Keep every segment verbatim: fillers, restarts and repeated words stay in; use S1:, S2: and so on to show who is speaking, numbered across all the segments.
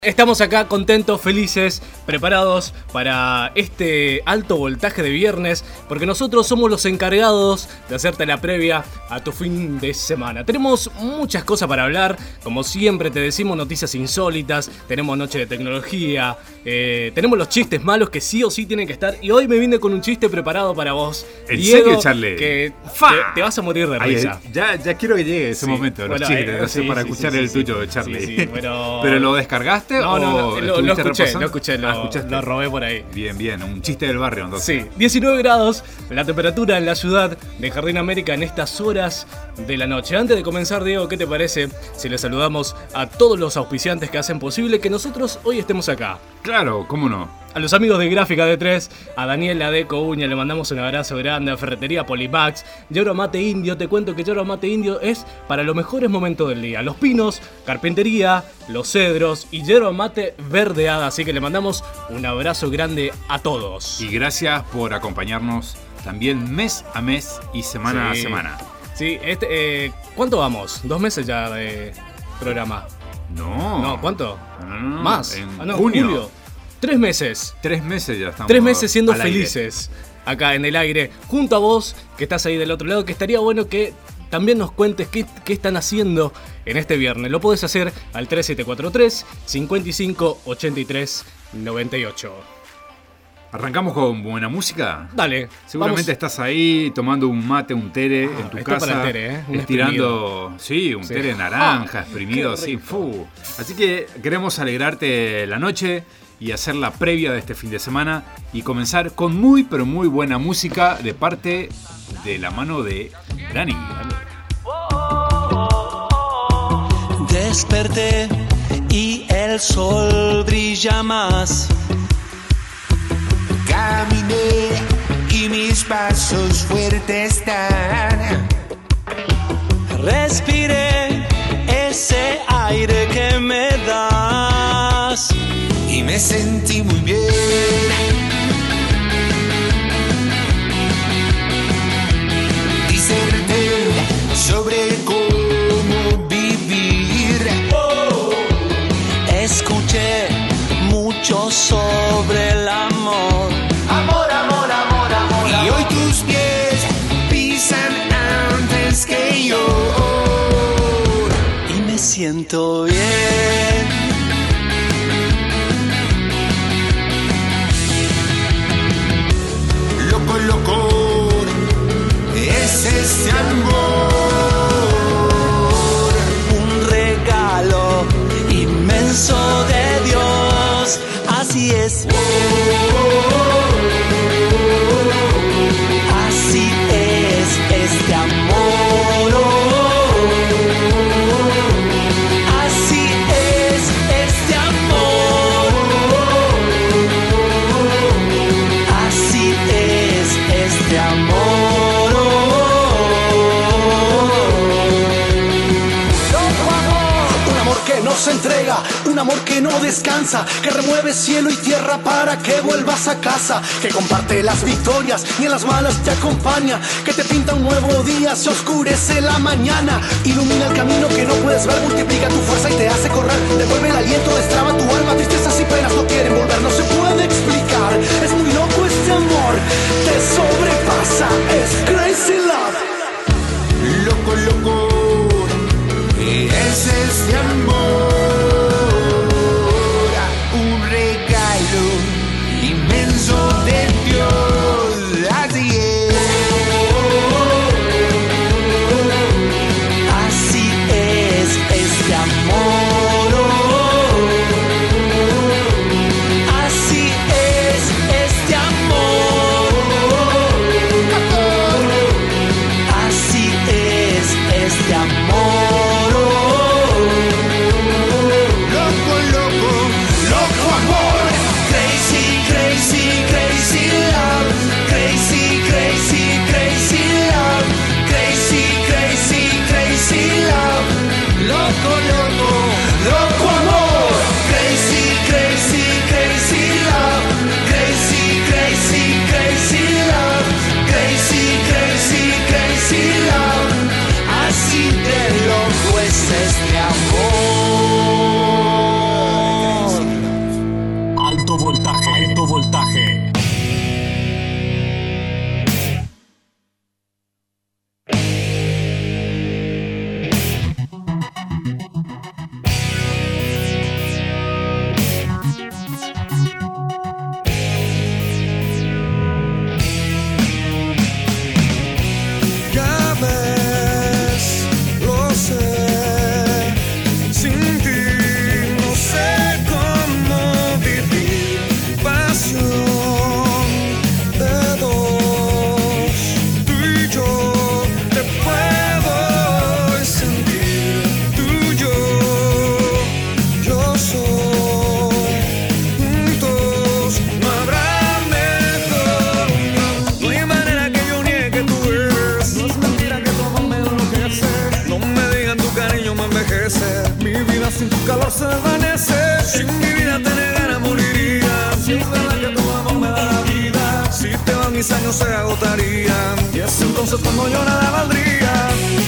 S1: Estamos acá contentos, felices, preparados para este alto voltaje de viernes, porque nosotros somos los encargados de hacerte la previa a tu fin de semana. Tenemos muchas cosas para hablar, como siempre te decimos, noticias insólitas, tenemos noche de tecnología, eh, tenemos los chistes malos que sí o sí tienen que estar, y hoy me vine con un chiste preparado para vos,
S2: ¿En
S1: Diego,
S2: serio, Charlie?
S1: que te, te vas a morir de risa.
S2: Ay, ya, ya quiero que llegue ese
S1: Sí,
S2: momento de los
S1: bueno,
S2: chistes,
S1: eh,
S2: no sé,
S1: sí,
S2: para
S1: sí,
S2: escuchar
S1: sí,
S2: el
S1: sí,
S2: tuyo de Charlie.
S1: sí, sí, pero...
S2: ¿Pero lo descargaste
S1: No,
S2: o
S1: no, no, lo, lo
S2: estuviste
S1: escuché,
S2: repasando?
S1: lo escuché, lo,
S2: Ah, ¿escuchaste?
S1: lo robé por ahí.
S2: Bien, bien, un chiste del barrio entonces.
S1: Sí, diecinueve grados la temperatura en la ciudad de Jardín América en estas horas de la noche. Antes de comenzar, Diego, ¿qué te parece si le saludamos a todos los auspiciantes que hacen posible que nosotros hoy estemos acá?
S2: Claro, ¿cómo no?
S1: A los amigos de Gráfica D tres, a Daniel Ladeco Uña, le mandamos un abrazo grande, a Ferretería Polimax, Yerba Mate Indio, te cuento que Yerba Mate Indio es para los mejores momentos del día. Los pinos, carpintería, los cedros y Yerba Mate verdeada, así que le mandamos un abrazo grande a todos.
S2: Y gracias por acompañarnos también mes a mes y semana
S1: Sí.
S2: a semana.
S1: Sí, este, eh, ¿cuánto vamos? ¿Dos meses ya de programa?
S2: No.
S1: No, ¿cuánto?
S2: No, no, no.
S1: ¿Más?
S2: En
S1: Ah, no,
S2: junio.
S1: julio. Tres meses.
S2: Tres meses ya estamos.
S1: Tres meses siendo
S2: al aire.
S1: felices acá en el aire, junto a vos que estás ahí del otro lado, que estaría bueno que también nos cuentes qué, qué están haciendo en este viernes. Lo podés hacer al tres siete cuatro tres, cinco cinco, ocho tres, nueve ocho.
S2: ¿Arrancamos con buena música?
S1: Dale,
S2: Seguramente
S1: vamos.
S2: estás ahí tomando un mate, un tere
S1: Ah,
S2: en tu
S1: está
S2: casa.
S1: para el tere, ¿eh? Un
S2: estirando, sí, un
S1: Sí.
S2: tere naranja,
S1: Ah,
S2: exprimido,
S1: qué
S2: así.
S1: rico.
S2: Fu. Así que queremos alegrarte la noche y hacer la previa de este fin de semana y comenzar con muy, pero muy buena música de parte de la mano de Dani.
S3: Desperté y el sol brilla más.
S4: Caminé y mis pasos fuertes están.
S3: Respiré ese aire que me das.
S4: Y me sentí muy bien. Diserté sobre cómo vivir.
S3: Escuché mucho sobre el amor.
S4: Amor, amor, amor, amor. Y hoy tus pies pisan antes que yo.
S3: Y me siento bien.
S4: Loco, loco, es ese amor.
S3: Un regalo inmenso de Dios. Así es. Así es este amor. Así es este amor. Así es este amor.
S5: Un amor que no se entrega, un amor que no descansa, que remueve cielo y tierra para que vuelvas a casa, que comparte las victorias y en las malas te acompaña, que te pinta un nuevo día, se oscurece la mañana, ilumina el camino que no puedes ver, multiplica tu fuerza y te hace correr, devuelve el aliento, destraba tu alma, tristezas y penas no quieren volver, no se puede explicar, es muy loco este amor, te sobrepasa, es crazy love.
S4: Loco, loco, es este amor. Un regalo inmenso de Dios. Así es.
S3: Así es este amor.
S6: mis años se agotarían. Y es entonces cuando yo nada valdría.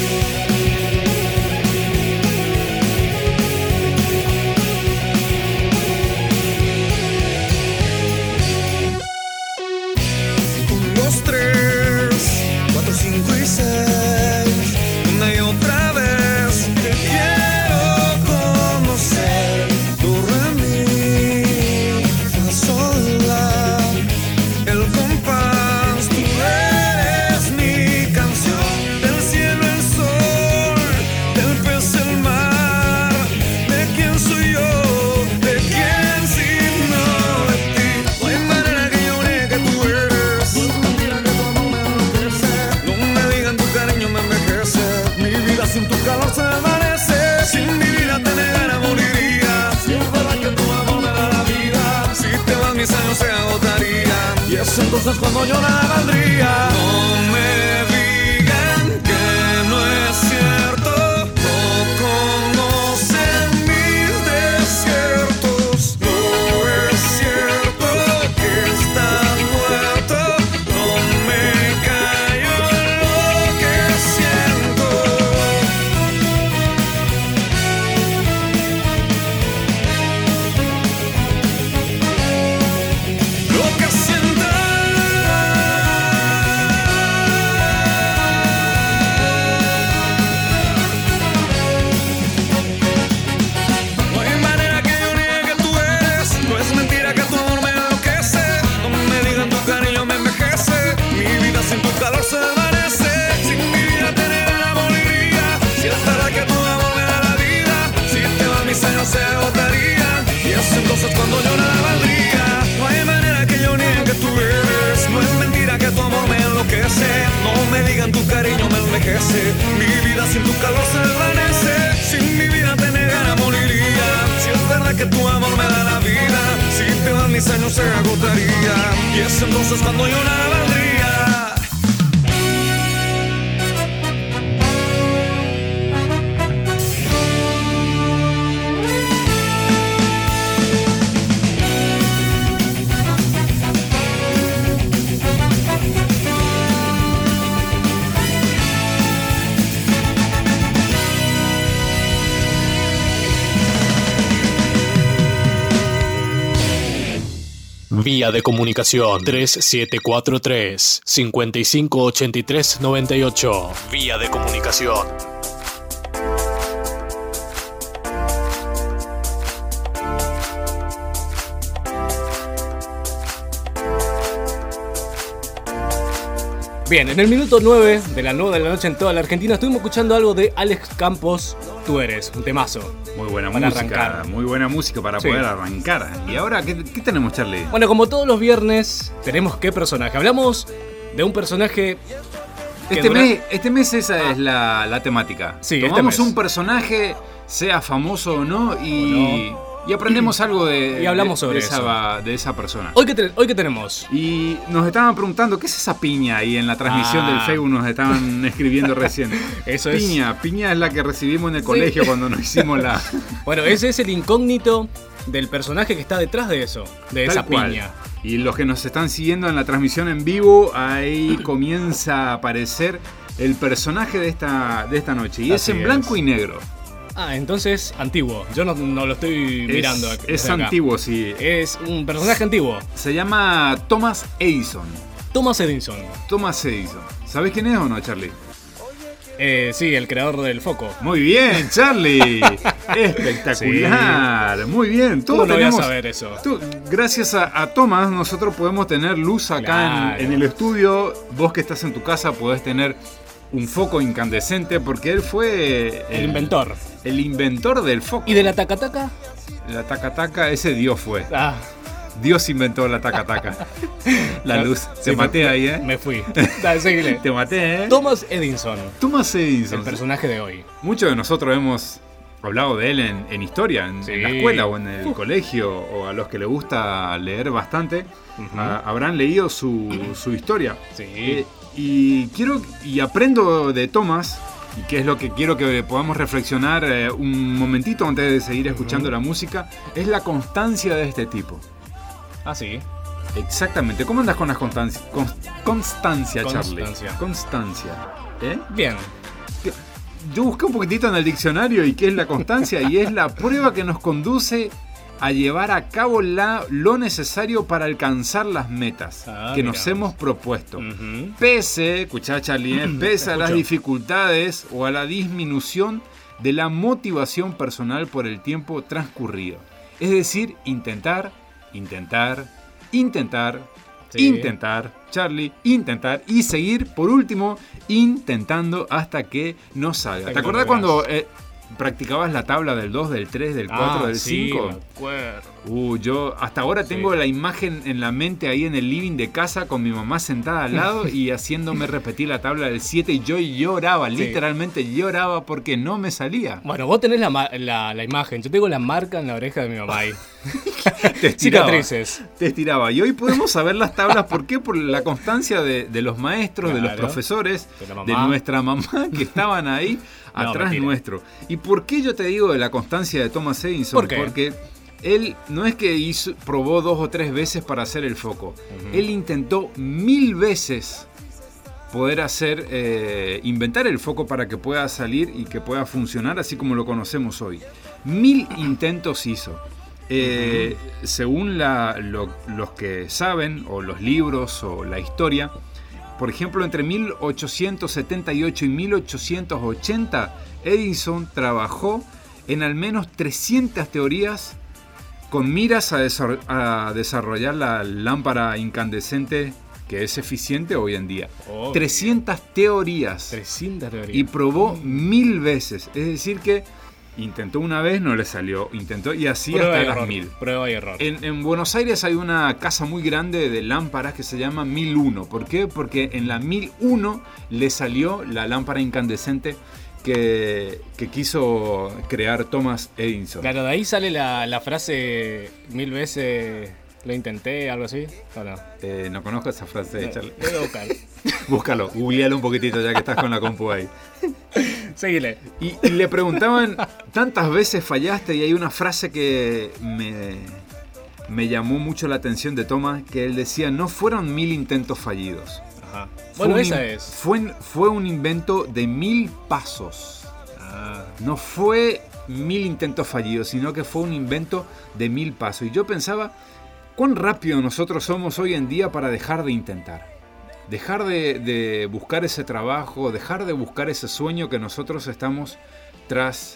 S6: Un, dos, tres, cuatro, cinco y seis. Una y otra vez te quiero conocer. Tu re, mi, fa, sol, la. El compás, tú eres mi canción. Del cielo el sol, del pez el mar. ¿De quién soy yo? ¿De quién si no de ti? No hay manera que yo niegue que tú eres. No es mentira que tu amor me enloquece. No me digan tu cariño me envejece. Mi vida sin tu calor se desvanece. Sin mi vida te negara moriría. Si es verdad que tu amor me da la vida. Si te van mis años se agotarían. Y es entonces cuando yo nada valdría. No me digan que no es cierto. No conocen mis desiertos. No es cierto que estás muerto. No me callo lo que siento. Lo que siento. No hay manera que yo niegue que tú eres. No es mentira que tu amor me enloquece. No me digan tu cariño me envejece. Mi vida sin tu calor se desvanece. Sin mi vida te negara moriría. Si es verdad que tu amor me da la vida. Si te van mis años se agotarían. Y es entonces cuando yo nada valdría. No hay manera que yo niegue que tú eres. No es mentira que tu amor me enloquece. No me digan tu cariño me envejece. Mi vida sin tu calor se desvanece. Sin mi vida te negara moriría. Si es verdad que tu amor me da la vida. Si te van mis años se agotarían. Y es entonces cuando yo nada valdría.
S1: Vía de comunicación tres siete cuatro tres, cinco cinco ocho tres nueve ocho. Vía de comunicación. Bien, en el minuto nueve de la nueve de la noche en toda la Argentina estuvimos escuchando algo de Alex Campos, Tú Eres, un temazo.
S2: Muy buena
S1: Para
S2: música,
S1: arrancar.
S2: muy buena música para
S1: Sí.
S2: poder arrancar. Y ahora, ¿qué, qué tenemos, Charlie?
S1: Bueno, como todos los viernes, tenemos qué personaje. Hablamos de un personaje que
S2: Este
S1: dura-
S2: mes, este mes esa es la, la temática.
S1: Sí, este
S2: Tomamos
S1: mes.
S2: un personaje, sea famoso o no, y,
S1: O
S2: y aprendemos algo de,
S1: Y hablamos
S2: de-
S1: sobre
S2: de esa, de esa persona.
S1: Hoy que, te- hoy que tenemos.
S2: Y nos estaban preguntando, ¿qué es esa piña ahí en la transmisión
S1: Ah.
S2: del Facebook? Nos estaban escribiendo recién.
S1: Eso es.
S2: Piña, piña es la que recibimos en el colegio cuando nos hicimos la...
S1: Bueno, ese es el incógnito del personaje que está detrás de eso, de esa
S2: Tal cual.
S1: piña.
S2: Y los que nos están siguiendo en la transmisión en vivo, ahí comienza a aparecer el personaje de esta, de esta noche. Y es
S1: Así
S2: en
S1: es.
S2: blanco y negro.
S1: Ah, entonces antiguo. Yo no, no lo estoy mirando.
S2: Es,
S1: desde
S2: es
S1: acá.
S2: antiguo, sí.
S1: Es un personaje antiguo.
S2: Se llama Thomas Edison.
S1: Thomas Edison.
S2: Thomas Edison. ¿Sabés quién es o no, Charlie?
S1: Eh, sí, el creador del foco.
S2: Muy bien, Charlie. Espectacular. Muy bien. Todos
S1: ¿Cómo no voy a
S2: tenemos-
S1: saber eso?
S2: Tú- gracias a, a Thomas, nosotros podemos tener luz acá
S1: Claro.
S2: en, en el estudio. Vos que estás en tu casa podés tener un foco incandescente porque él fue
S1: El inventor.
S2: el inventor del foco.
S1: ¿Y de la tacataca?
S2: La taca-taca, ese Dios fue.
S1: Ah,
S2: Dios inventó la taca-taca. La
S1: no,
S2: luz.
S1: sí,
S2: Te maté
S1: me-
S2: ahí, ¿eh?
S1: Me fui. Dale, seguile.
S2: Te maté, ¿eh?
S1: Thomas Edison,
S2: Thomas Edison.
S1: el personaje de hoy.
S2: Muchos de nosotros hemos hablado de él en, en historia, en,
S1: Sí.
S2: en la escuela o en el
S1: Uf.
S2: colegio, o a los que les gusta leer bastante,
S1: Ujú.
S2: a- habrán leído su, su historia.
S1: Sí.
S2: Eh, y quiero y aprendo de Thomas, y que es lo que quiero que podamos reflexionar eh, un momentito antes de seguir escuchando la música, es la constancia de este tipo.
S1: Ah, sí.
S2: Exactamente. ¿Cómo andas con las constancia, constancia, Charlie?
S1: Constancia.
S2: Constancia. ¿Eh?
S1: Bien.
S2: Yo busqué un poquitito en el diccionario y qué es la constancia y es la prueba que nos conduce a llevar a cabo la, lo necesario para alcanzar las metas
S1: Ah,
S2: que
S1: mira.
S2: nos hemos propuesto.
S1: Ujú.
S2: Pese, escuchá Charlie, ¿eh? pese a las
S1: escucho.
S2: dificultades o a la disminución de la motivación personal por el tiempo transcurrido. Es decir, intentar, intentar, intentar,
S1: Sí.
S2: intentar, Charlie, intentar y seguir, por último, intentando hasta que no salga.
S1: Hasta
S2: ¿Te
S1: que
S2: acordás
S1: lo
S2: cuando
S1: lográs.
S2: eh, practicabas la tabla del dos, del tres, del cuatro,
S1: Ah,
S2: del
S1: sí,
S2: cinco?
S1: me acuerdo.
S2: Uh, yo hasta ahora tengo
S1: Sí.
S2: la imagen en la mente ahí en el living de casa con mi mamá sentada al lado y haciéndome repetir la tabla del siete y yo lloraba,
S1: Sí.
S2: literalmente lloraba porque no me salía.
S1: Bueno, vos tenés la, ma- la, la imagen. Yo tengo la marca en la oreja de mi mamá ahí.
S2: Te estiraba,
S1: Cicatrices.
S2: te estiraba. Y hoy podemos saber las tablas, ¿por qué? Por la constancia de, de los maestros, de los
S1: Claro.
S2: profesores,
S1: De la
S2: de
S1: mamá.
S2: nuestra mamá que estaban ahí
S1: No,
S2: atrás
S1: mentira.
S2: nuestro. ¿Y por qué yo te digo de la constancia de Thomas Edison?
S1: ¿Por qué?
S2: Porque él no es que hizo, probó dos o tres veces para hacer el foco. Él intentó mil veces poder hacer, eh, inventar el foco para que pueda salir y que pueda funcionar así como lo conocemos hoy. Mil intentos hizo. Eh, según la- lo- los que saben, o los libros, o la historia, por ejemplo, entre mil ochocientos setenta y ocho y mil ochocientos ochenta, Edison trabajó en al menos trescientas teorías con miras a, desar- a desarrollar la lámpara incandescente que es eficiente hoy en día.
S1: Oh,
S2: trescientas teorías.
S1: trescientas teorías.
S2: Y probó mil veces. Es decir que intentó una vez, no le salió. Intentó y así
S1: Prueba
S2: hasta
S1: y
S2: las
S1: error.
S2: mil.
S1: Prueba y error.
S2: En, en Buenos Aires hay una casa muy grande de lámparas que se llama mil uno. ¿Por qué? Porque en la mil uno le salió la lámpara incandescente que, que quiso crear Thomas Edison.
S1: Claro, de ahí sale la, la frase mil veces lo intenté, algo así. ¿O no?
S2: Eh, no conozco esa frase de Charlie.
S1: Voy a buscar.
S2: Búscalo, googlealo un poquitito ya que estás con la compu ahí.
S1: Seguile.
S2: Y, y le preguntaban, tantas veces fallaste, y hay una frase que me, me llamó mucho la atención de Thomas, que él decía, no fueron mil intentos fallidos.
S1: Ajá.
S2: Fue
S1: Bueno,
S2: un
S1: esa
S2: in-
S1: es.
S2: Fue, fue un invento de mil pasos.
S1: Ah,
S2: No fue mil intentos fallidos, sino que fue un invento de mil pasos. Y yo pensaba, ¿cuán rápido nosotros somos hoy en día para dejar de intentar? Dejar de, de buscar ese trabajo, dejar de buscar ese sueño que nosotros estamos tras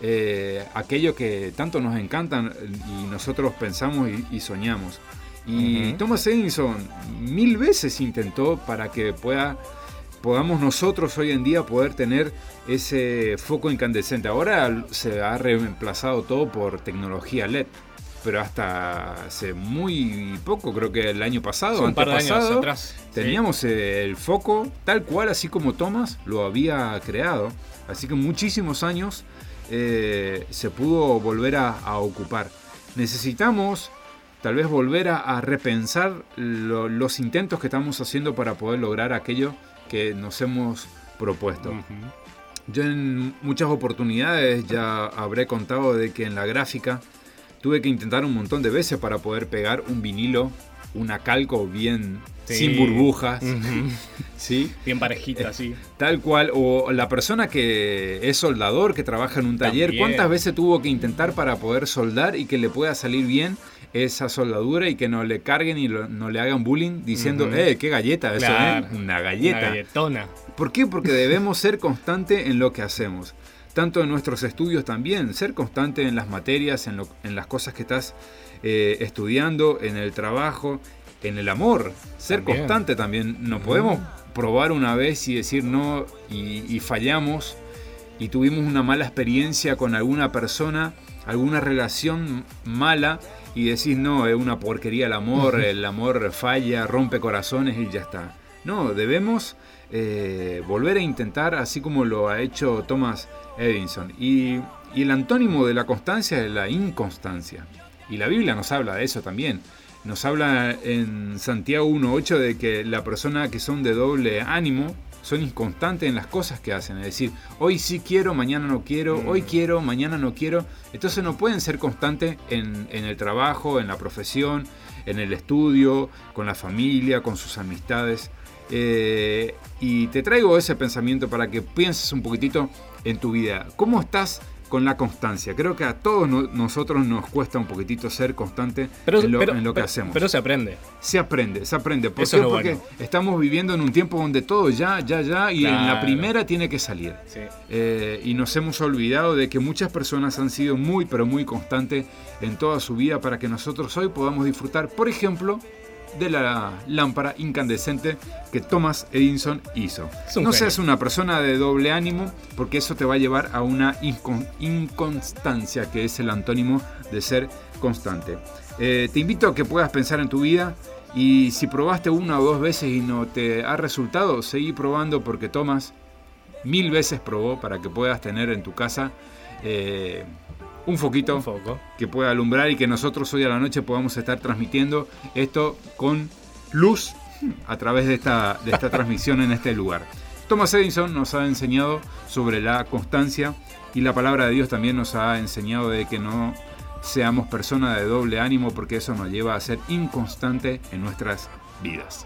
S2: eh, aquello que tanto nos encantan y nosotros pensamos y, y soñamos. Y
S1: Ujú.
S2: Thomas Edison mil veces intentó para que pueda, podamos nosotros hoy en día poder tener ese foco incandescente. Ahora se ha reemplazado todo por tecnología L E D. Pero hasta hace muy poco, creo que el año pasado,
S1: Sí, un par de años
S2: antepasado,
S1: atrás, sí.
S2: teníamos el foco tal cual, así como Thomas lo había creado. Así que en muchísimos años eh, se pudo volver a, a ocupar. Necesitamos tal vez volver a, a repensar lo- los intentos que estamos haciendo para poder lograr aquello que nos hemos propuesto. Yo en muchas oportunidades ya habré contado de que en la gráfica tuve que intentar un montón de veces para poder pegar un vinilo, una calco bien
S1: Sí.
S2: sin burbujas,
S1: Ujú.
S2: ¿sí?
S1: Bien parejita, así.
S2: Tal cual, o la persona que es soldador, que trabaja en un taller,
S1: También.
S2: ¿cuántas veces tuvo que intentar para poder soldar y que le pueda salir bien esa soldadura y que no le carguen y lo- no le hagan bullying diciendo,
S1: Ujú.
S2: eh, qué galleta eso,
S1: Claro.
S2: ¿eh? Una galleta.
S1: Una galletona.
S2: ¿Por qué? Porque debemos ser constantes en lo que hacemos. Tanto en nuestros estudios también, ser constante en las materias, en, lo- en las cosas que estás eh, estudiando, en el trabajo, en el amor. Ser
S1: También.
S2: constante también. No podemos probar una vez y decir no y, y fallamos y tuvimos una mala experiencia con alguna persona, alguna relación mala y decís no, es una porquería el amor, el amor falla, rompe corazones y ya está. No, debemos eh, volver a intentar así como lo ha hecho Thomas Edison. Y, y el antónimo de la constancia es la inconstancia. Y la Biblia nos habla de eso también. Nos habla en Santiago uno ocho de que la persona que son de doble ánimo son inconstantes en las cosas que hacen. Es decir, hoy sí quiero, mañana no quiero, mm. hoy quiero, mañana no quiero. Entonces no pueden ser constantes en, en el trabajo, en la profesión, en el estudio, con la familia, con sus amistades. Eh, y te traigo ese pensamiento para que pienses un poquitito en tu vida. ¿Cómo estás con la constancia? Creo que a todos no, nosotros nos cuesta un poquitito ser constante
S1: pero,
S2: en, lo,
S1: pero,
S2: en lo que
S1: pero,
S2: hacemos.
S1: Pero se aprende.
S2: Se aprende, se aprende. ¿Por
S1: Eso
S2: qué?
S1: es lo
S2: Porque
S1: bueno.
S2: estamos viviendo en un tiempo donde todo ya, ya, ya, y
S1: Claro.
S2: en la primera tiene que salir.
S1: Sí.
S2: Eh, y nos hemos olvidado de que muchas personas han sido muy, pero muy constantes en toda su vida para que nosotros hoy podamos disfrutar, por ejemplo, de la lámpara incandescente que Thomas Edison hizo. No
S1: genio.
S2: seas una persona de doble ánimo, porque eso te va a llevar a una incon- inconstancia, que es el antónimo de ser constante. Eh, te invito a que puedas pensar en tu vida, y si probaste una o dos veces y no te ha resultado, seguí probando, porque Thomas mil veces probó para que puedas tener en tu casa eh, un foquito
S1: Un foco.
S2: que pueda alumbrar, y que nosotros hoy a la noche podamos estar transmitiendo esto con luz a través de esta, de esta transmisión en este lugar. Thomas Edison nos ha enseñado sobre la constancia, y la palabra de Dios también nos ha enseñado de que no seamos personas de doble ánimo, porque eso nos lleva a ser inconstante en nuestras vidas.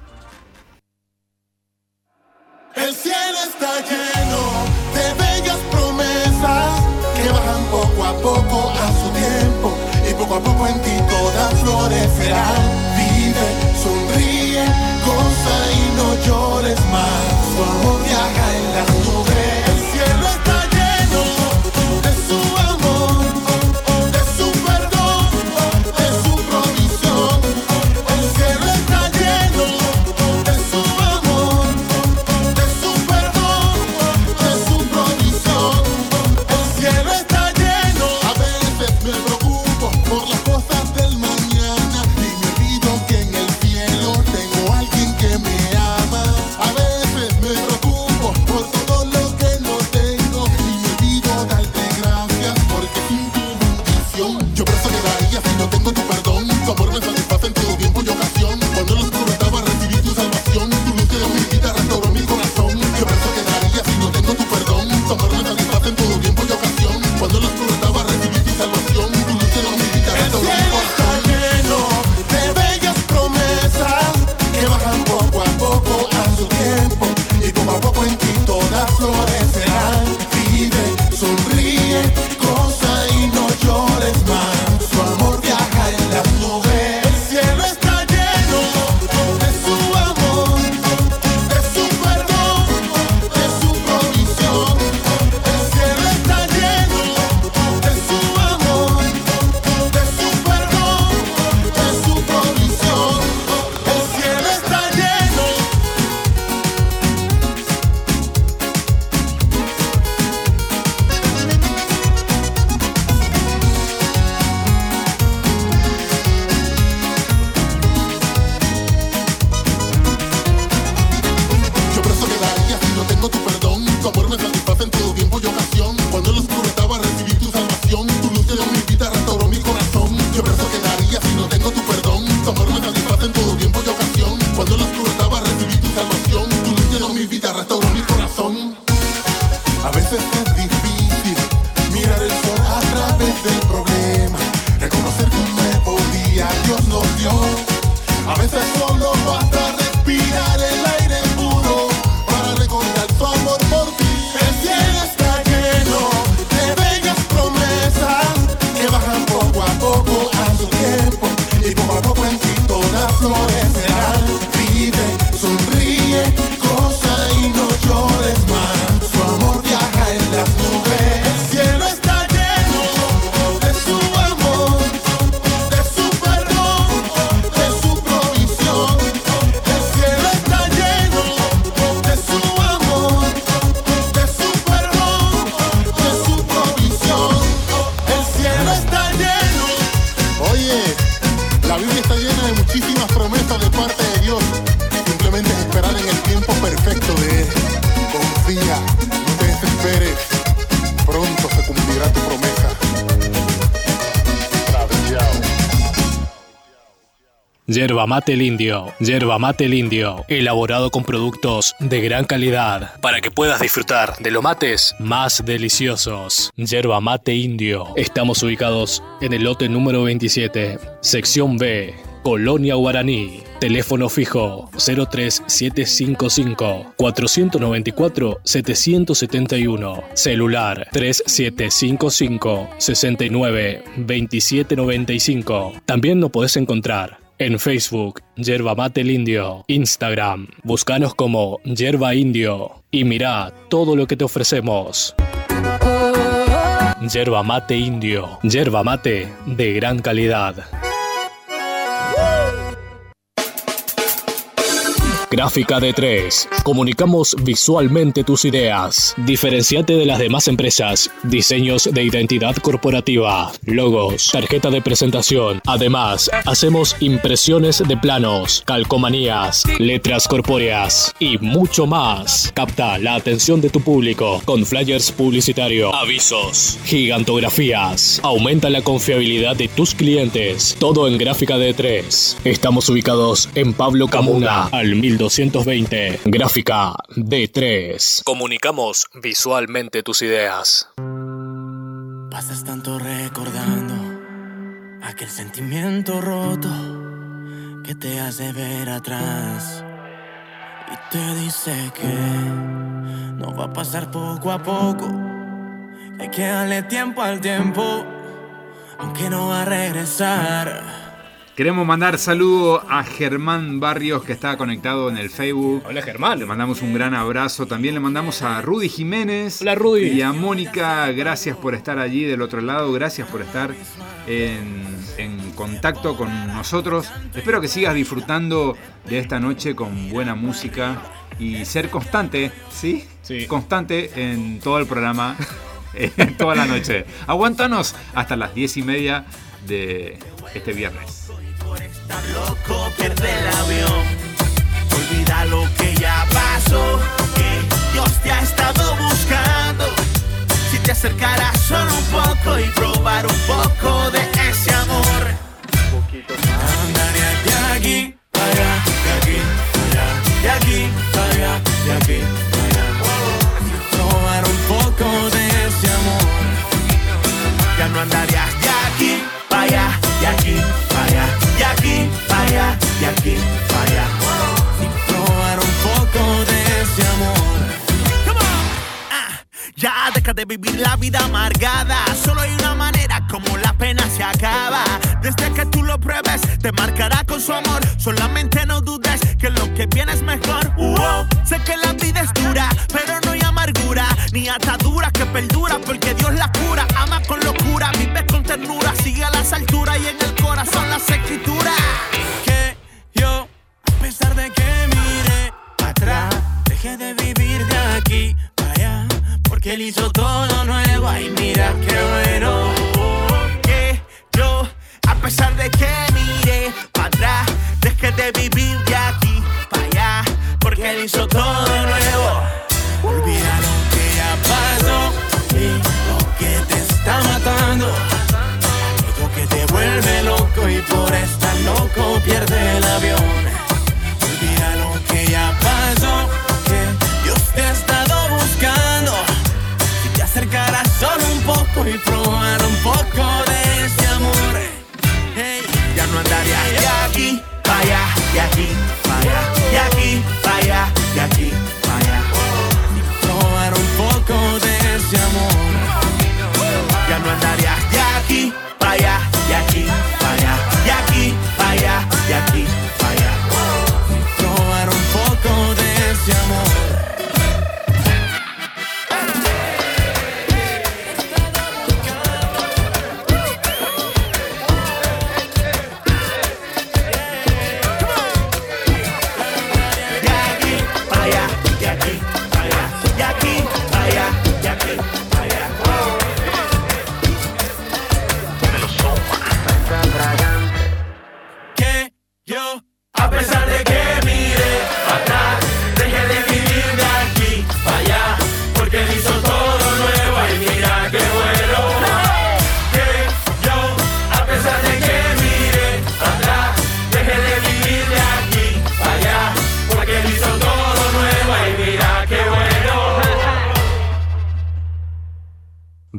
S7: El cielo está lleno de bellas promesas que bajan poco a poco a su tiempo, y poco a poco en ti todas florecerán. Vive, sonríe, goza y no llores más. Tu amor viaja en las nubes. El cielo está lleno de su amor, de su perdón, de su provisión. El cielo está lleno de su amor, de su perdón, de su provisión. El cielo está lleno. A veces me preocupo por las cosas del mañana y me olvido que en el cielo tengo a alguien que me ama. A veces me preocupo por todo lo que no tengo y me olvido darte gracias porque sin tu bendición yo preso quedaría si no tengo tu perdón. Tu amor me satisface en todo tiempo y ocasión. Cuando los estaba recibí tu salvación. Tu luz que dio mi vida restauró mi corazón. Yo preso quedaría si no tengo tu perdón. Tu amor me satisface en todo tiempo y ocasión. Cuando los estaba recibí tu salvación. Tu luz que dio mi vida restauró mi corazón. Está lleno de bellas promesas que bajan poco a poco a su tiempo, y poco a poco en ti todas florecerán. Vive, sonríe, goza y no llores más. Su amor viaja en las nubes. El cielo está lleno de su amor, de su perdón, de su provisión. El cielo está lleno de su amor, de su perdón, de su provisión. El cielo está lleno. Yo preso quedaría si no tengo tu perdón. Tu amor me satisface en todo tiempo y ocasión. Cuando en la oscuro estaba recibí tu salvación. Tu luz que dio mi vida restauró mi corazón. Yo preso quedaría si no tengo tu perdón. Tu amor me satisface en todo tiempo y ocasión. Cuando en la oscuro estaba recibí tu salvación. Tu luz que dio mi vida restauró mi corazón. A veces es difícil mirar el sol a través del problema, reconocer que un nuevo día Dios nos dio. A veces solo basta respirar el aire puro para recordar su amor por ti. El cielo está lleno de bellas promesas que bajan poco a poco a su tiempo, y poco a poco en ti todas florecerán. Vive, sonríe, goza y no llores más. Su amor viaja en las nubes. El cielo está lleno de su amor, de su perdón, de su provisión. El cielo está lleno de su amor, de su perdón, de su provisión. El cielo está lleno. Oye, la Biblia está llena de muchísimas promesas de parte de Dios. Simplemente es esperar en el tiempo perfecto de Él. Confía, no te desesperes. Pronto se cumplirá tu promesa. Travis Yao.
S1: Yerba Mate el Indio. Yerba Mate el Indio. Elaborado con productos de gran calidad para que puedas disfrutar de los mates más deliciosos. Yerba Mate Indio. Estamos ubicados en el lote número veintisiete, sección B, Colonia Guaraní. Teléfono fijo cero tres siete cinco cinco, cuatro nueve cuatro, siete siete uno. Celular tres siete cinco cinco, seis nueve, dos siete nueve cinco. También nos podés encontrar en Facebook, Yerba Mate el Indio. Instagram, búscanos como Yerba Indio y mirá todo lo que te ofrecemos. Yerba Mate Indio. Yerba mate de gran calidad. Gráfica D tres. Comunicamos visualmente tus ideas. Diferenciate de las demás empresas. Diseños de identidad corporativa, logos, tarjeta de presentación. Además, hacemos impresiones de planos, calcomanías, letras corpóreas y mucho más. Capta la atención de tu público con flyers publicitarios, avisos, gigantografías. Aumenta la confiabilidad de tus clientes. Todo en Gráfica D tres. Estamos ubicados en Pablo Camuna, al mil doscientos veinte. Gráfica D tres. Comunicamos visualmente tus ideas.
S3: Pasas tanto recordando aquel sentimiento roto que te hace ver atrás y te dice que no va a pasar poco a poco, que hay que darle tiempo al tiempo, aunque no va a regresar.
S2: Queremos mandar saludo a Germán Barrios, que está conectado en el Facebook.
S1: Hola, Germán.
S2: Le mandamos un gran abrazo. También le mandamos a Rudy Jiménez.
S1: Hola, Rudy.
S2: Y a Mónica, gracias por estar allí del otro lado. Gracias por estar en, en contacto con nosotros. Espero que sigas disfrutando de esta noche con buena música y ser constante, ¿sí?
S1: Sí.
S2: Constante en todo el programa, en toda la noche. Aguántanos hasta las diez y media de este viernes.
S3: Estar loco, pierde el avión. Olvida lo que ya pasó, que Dios te ha estado buscando. Si te acercaras solo un poco y probar un poco de ese amor, un poquito más. Andaría de aquí para allá, de aquí para allá, de aquí para allá, de aquí para allá. Si probar un poco de ese amor, ya no andarías de aquí para allá, de aquí para allá, de aquí para allá, de aquí para allá. Sin probar un poco de ese amor. Come on. Ah, ya deja de vivir la vida amargada. Solo hay una manera como la pena se acaba. Desde que tú lo pruebes, te marcará con su amor. Solamente no dudes que lo que viene es mejor. Uh-oh. Sé que la vida es dura, pero no hay amargura ni atadura que perdura, porque Dios la cura. Ama con locura, vive con ternura, sigue a las alturas y en el corazón las escrituras. Que yo, a pesar de que mire para atrás, dejé de vivir de aquí para allá, porque Él hizo todo nuevo. Ay, mira qué bueno. Que yo, a pesar de que mire para atrás, dejé de vivir de aquí para allá, porque Él hizo todo nuevo. Olvida lo que ya pasó y lo que te está matando, aquello que te vuelve loco y por estar loco pierde el avión. Olvida lo que ya pasó, que Dios te ha estado buscando. Si te acercaras solo un poco y probar un poco de ese amor, hey, ya no andarías de aquí para allá, de aquí para allá, de aquí para allá, de aquí para allá. Probar un poco de ese amor, ya no andarías de aquí para allá, de aquí para allá, de aquí para allá, de aquí para allá. Probar un poco de ese amor.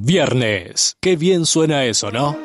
S1: Viernes. Qué bien suena eso, ¿no?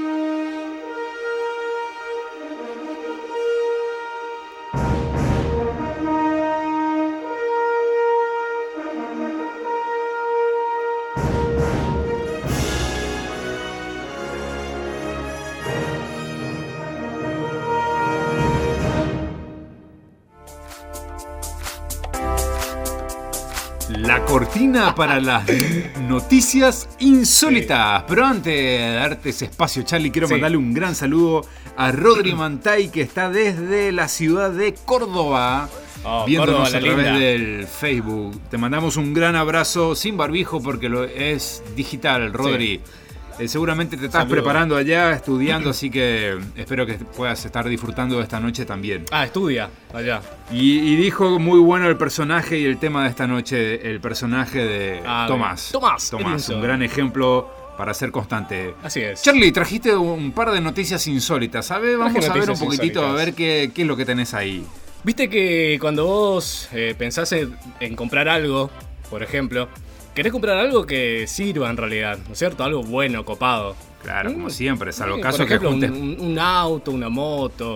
S2: La cortina para las noticias insólitas. Sí. Pero antes de darte ese espacio, Charlie, quiero sí. mandarle un gran saludo a Rodri Mantay, que está desde la ciudad de Córdoba, oh, viéndonos Córdoba, a través linda. del Facebook. Te mandamos un gran abrazo, sin barbijo porque lo es digital, Rodri. Sí. Eh, seguramente te estás Saludos. preparando allá, estudiando, así que espero que puedas estar disfrutando de esta noche también.
S1: Ah, estudia allá.
S2: Y, y dijo muy bueno el personaje y el tema de esta noche, el personaje de ah, Tomás.
S1: Tomás.
S2: Tomás, un gran ejemplo para ser constante.
S1: Así es.
S2: Charlie, trajiste un par de noticias insólitas, ¿sabes? Vamos a ver un poquitito, insólitas. a ver qué, qué es lo que tenés ahí.
S1: Viste que cuando vos eh, pensás en, en comprar algo, por ejemplo... Querés comprar algo que sirva en realidad, ¿no es cierto? Algo bueno, copado.
S2: Claro, mm. como siempre, salvo
S1: sí,
S2: caso
S1: por ejemplo,
S2: que juntes...
S1: Un, un auto, una moto,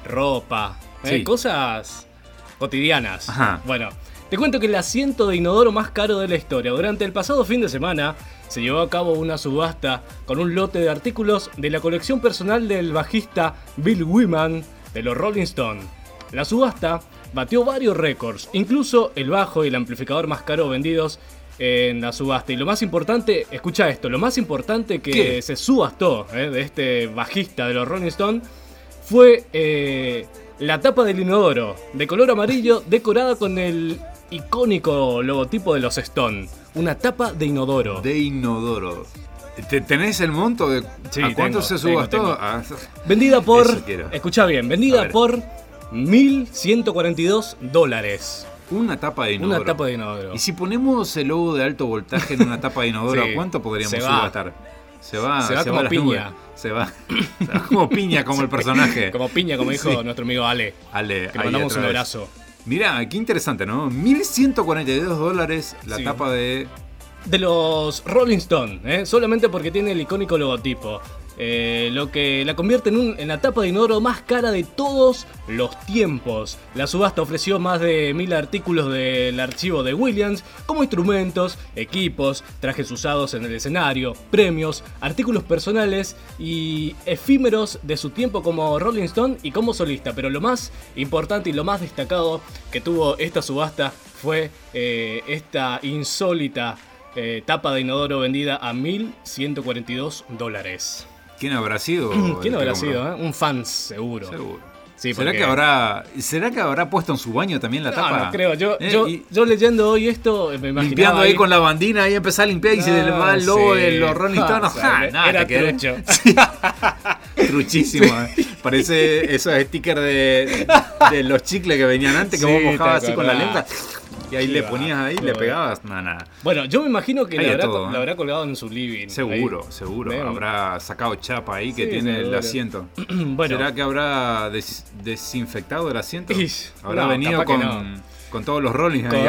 S1: ropa, sí. eh, cosas cotidianas.
S2: Ajá.
S1: Bueno, te cuento que el asiento de inodoro más caro de la historia. Durante el pasado fin de semana se llevó a cabo una subasta con un lote de artículos de la colección personal del bajista Bill Wyman de los Rolling Stones. La subasta batió varios récords, incluso el bajo y el amplificador más caro vendidos en la subasta. Y lo más importante, escucha esto, lo más importante que ¿Qué? se subastó eh, de este bajista de los Rolling Stones fue eh, la tapa del inodoro, de color amarillo, decorada con el icónico logotipo de los Stones. Una tapa de inodoro.
S2: De inodoro. ¿Tenés el monto de sí, a cuánto tengo, se subastó?
S1: Tengo, tengo. Ah, vendida por, escucha bien, vendida por mil ciento cuarenta y dos dólares.
S2: Una tapa de inodoro.
S1: Una tapa de inodoro.
S2: Y si ponemos el logo de alto voltaje en una tapa de inodoro, sí, ¿cuánto podríamos se subastar? Se va,
S1: se va
S2: se
S1: como
S2: va
S1: piña.
S2: Se va, se va como piña, como el personaje.
S1: Como piña, como dijo sí. nuestro amigo Ale.
S2: Ale,
S1: que le mandamos un abrazo.
S2: Mirá, qué interesante, ¿no? mil ciento cuarenta y dos dólares la sí. tapa de...
S1: De los Rolling Stones, ¿eh? Solamente porque tiene el icónico logotipo. Eh, lo que la convierte en, un, en la tapa de inodoro más cara de todos los tiempos. La subasta ofreció más de mil artículos del archivo de Williams, como instrumentos, equipos, trajes usados en el escenario, premios, artículos personales y efímeros de su tiempo como Rolling Stone y como solista. Pero lo más importante y lo más destacado que tuvo esta subasta fue eh, esta insólita eh, tapa de inodoro vendida a mil ciento cuarenta y dos dólares.
S2: ¿Quién habrá sido?
S1: ¿Quién habrá sido? Eh? Un fan, seguro.
S2: Seguro.
S1: Sí,
S2: ¿Será,
S1: porque...
S2: que habrá, ¿Será que habrá puesto en su baño también la tapa?
S1: No, no creo. Yo,
S2: ¿Eh?
S1: yo,
S2: y...
S1: yo leyendo hoy esto, me imaginaba...
S2: Limpiando ahí, ahí con la bandina, ahí empezar a limpiar y no, se le va el logo sí. de los Rolling Stones.
S1: O sea,
S2: ja, nada,
S1: era
S2: te
S1: trucho.
S2: Sí. Truchísimo. Sí. Eh. Parece esos stickers de, de los chicles que venían antes, que sí, vos mojabas así con la lengua. Y ahí sí, le ponías ahí, le pegabas, nada, nada.
S1: Bueno, yo me imagino que le habrá, todo, ¿eh? habrá colgado en su living.
S2: Seguro,
S1: ahí.
S2: seguro.
S1: Ven.
S2: Habrá sacado chapa ahí que
S1: sí,
S2: tiene
S1: seguro.
S2: el asiento.
S1: Bueno.
S2: ¿Será que habrá des, desinfectado el asiento?
S1: Ish,
S2: Habrá
S1: no,
S2: venido con,
S1: no.
S2: con todos los Rolling ahí.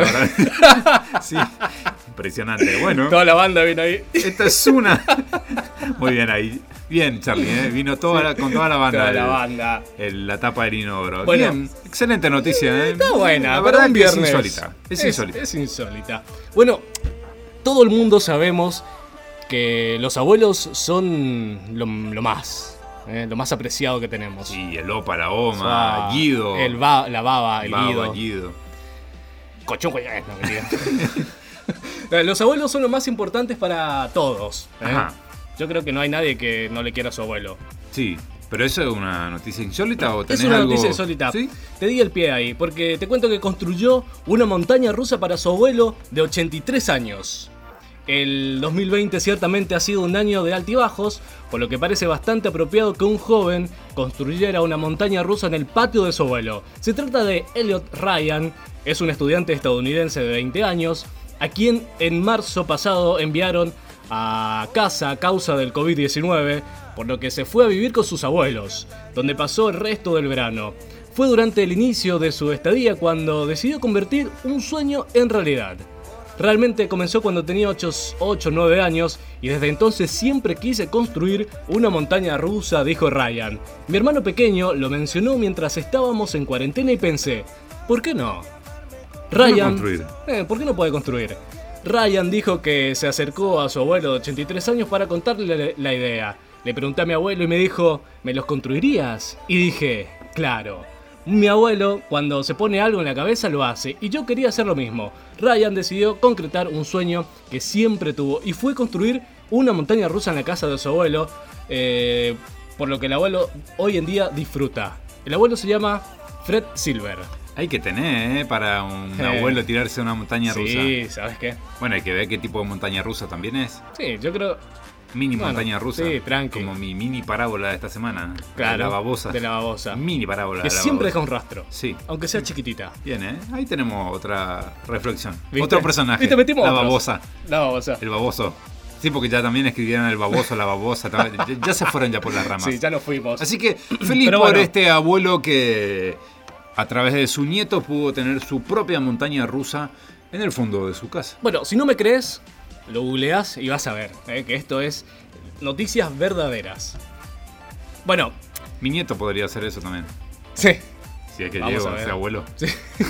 S2: Sí, impresionante. Bueno.
S1: Toda la banda vino ahí.
S2: Esta es una. Muy bien ahí. Bien, Charlie, ¿eh? Vino toda la, con toda la banda.
S1: Toda
S2: el,
S1: la banda.
S2: El, la tapa del inodoro.
S1: Bueno,
S2: bien, excelente noticia, ¿eh?
S1: Está buena,
S2: la verdad
S1: un
S2: que
S1: viernes.
S2: es insólita. Es, es insólita.
S1: Es insólita. Bueno, todo el mundo sabemos que los abuelos son lo, lo más. ¿eh? Lo más apreciado que tenemos.
S2: Sí, el opa, la oma, o sea, Guido.
S1: El ba, la baba, el
S2: baba,
S1: Guido.
S2: Guido.
S1: Cochón, eh, no, mentira. Los abuelos son los más importantes para todos. ¿eh?
S2: Ajá.
S1: Yo creo que no hay nadie que no le quiera a su abuelo.
S2: Sí, pero ¿eso es una noticia insólita o tenés
S1: Es una
S2: algo...
S1: noticia insólita.
S2: ¿Sí?
S1: Te di el pie ahí, porque te cuento que construyó una montaña rusa para su abuelo de ochenta y tres años. El dos mil veinte ciertamente ha sido un año de altibajos, por lo que parece bastante apropiado que un joven construyera una montaña rusa en el patio de su abuelo. Se trata de Elliot Ryan, es un estudiante estadounidense de veinte años, a quien en marzo pasado enviaron a casa a causa del covid diecinueve, por lo que se fue a vivir con sus abuelos, donde pasó el resto del verano. Fue durante el inicio de su estadía cuando decidió convertir un sueño en realidad. Realmente comenzó cuando tenía ocho o nueve años y desde entonces siempre quise construir una montaña rusa, dijo Ryan. Mi hermano pequeño lo mencionó mientras estábamos en cuarentena y pensé, ¿por qué no? Ryan,
S2: construir?
S1: Eh, ¿por qué no puede construir? Ryan dijo que se acercó a su abuelo de ochenta y tres años para contarle la idea. Le pregunté a mi abuelo y me dijo, ¿me los construirías? Y dije, claro. Mi abuelo, cuando se pone algo en la cabeza, lo hace, y yo quería hacer lo mismo. Ryan decidió concretar un sueño que siempre tuvo, y fue construir una montaña rusa en la casa de su abuelo, eh, por lo que el abuelo hoy en día disfruta. El abuelo se llama Fred Silver.
S2: Hay que tener, ¿eh? Para un
S1: Eh.
S2: abuelo tirarse a una montaña rusa.
S1: Sí, ¿sabes qué?
S2: Bueno, hay que ver qué tipo de montaña rusa también es.
S1: Sí, yo creo...
S2: Mini
S1: Bueno,
S2: montaña rusa.
S1: sí, tranqui.
S2: Como mi mini parábola de esta semana.
S1: Claro,
S2: De la babosa.
S1: de la babosa.
S2: Mini parábola
S1: Que
S2: de la
S1: siempre deja
S2: babosa.
S1: un rastro.
S2: Sí.
S1: Aunque sea chiquitita.
S2: Bien, ¿eh? Ahí tenemos otra reflexión.
S1: ¿Viste?
S2: Otro personaje.
S1: ¿Viste? Metimos
S2: la
S1: otros.
S2: babosa.
S1: La babosa.
S2: El baboso. Sí, porque ya también escribieron el baboso, la babosa. Ya, ya se fueron ya por las ramas.
S1: Sí, ya nos fuimos.
S2: Así que feliz
S1: Pero
S2: por
S1: bueno.
S2: este abuelo que a través de su nieto pudo tener su propia montaña rusa en el fondo de su casa.
S1: Bueno, si no me crees, lo googleás y vas a ver eh, que esto es noticias verdaderas. Bueno,
S2: Mi nieto podría hacer eso también.
S1: sí.
S2: Si es que
S1: Vamos
S2: llego
S1: a
S2: a
S1: ver.
S2: ser abuelo.
S1: Sí.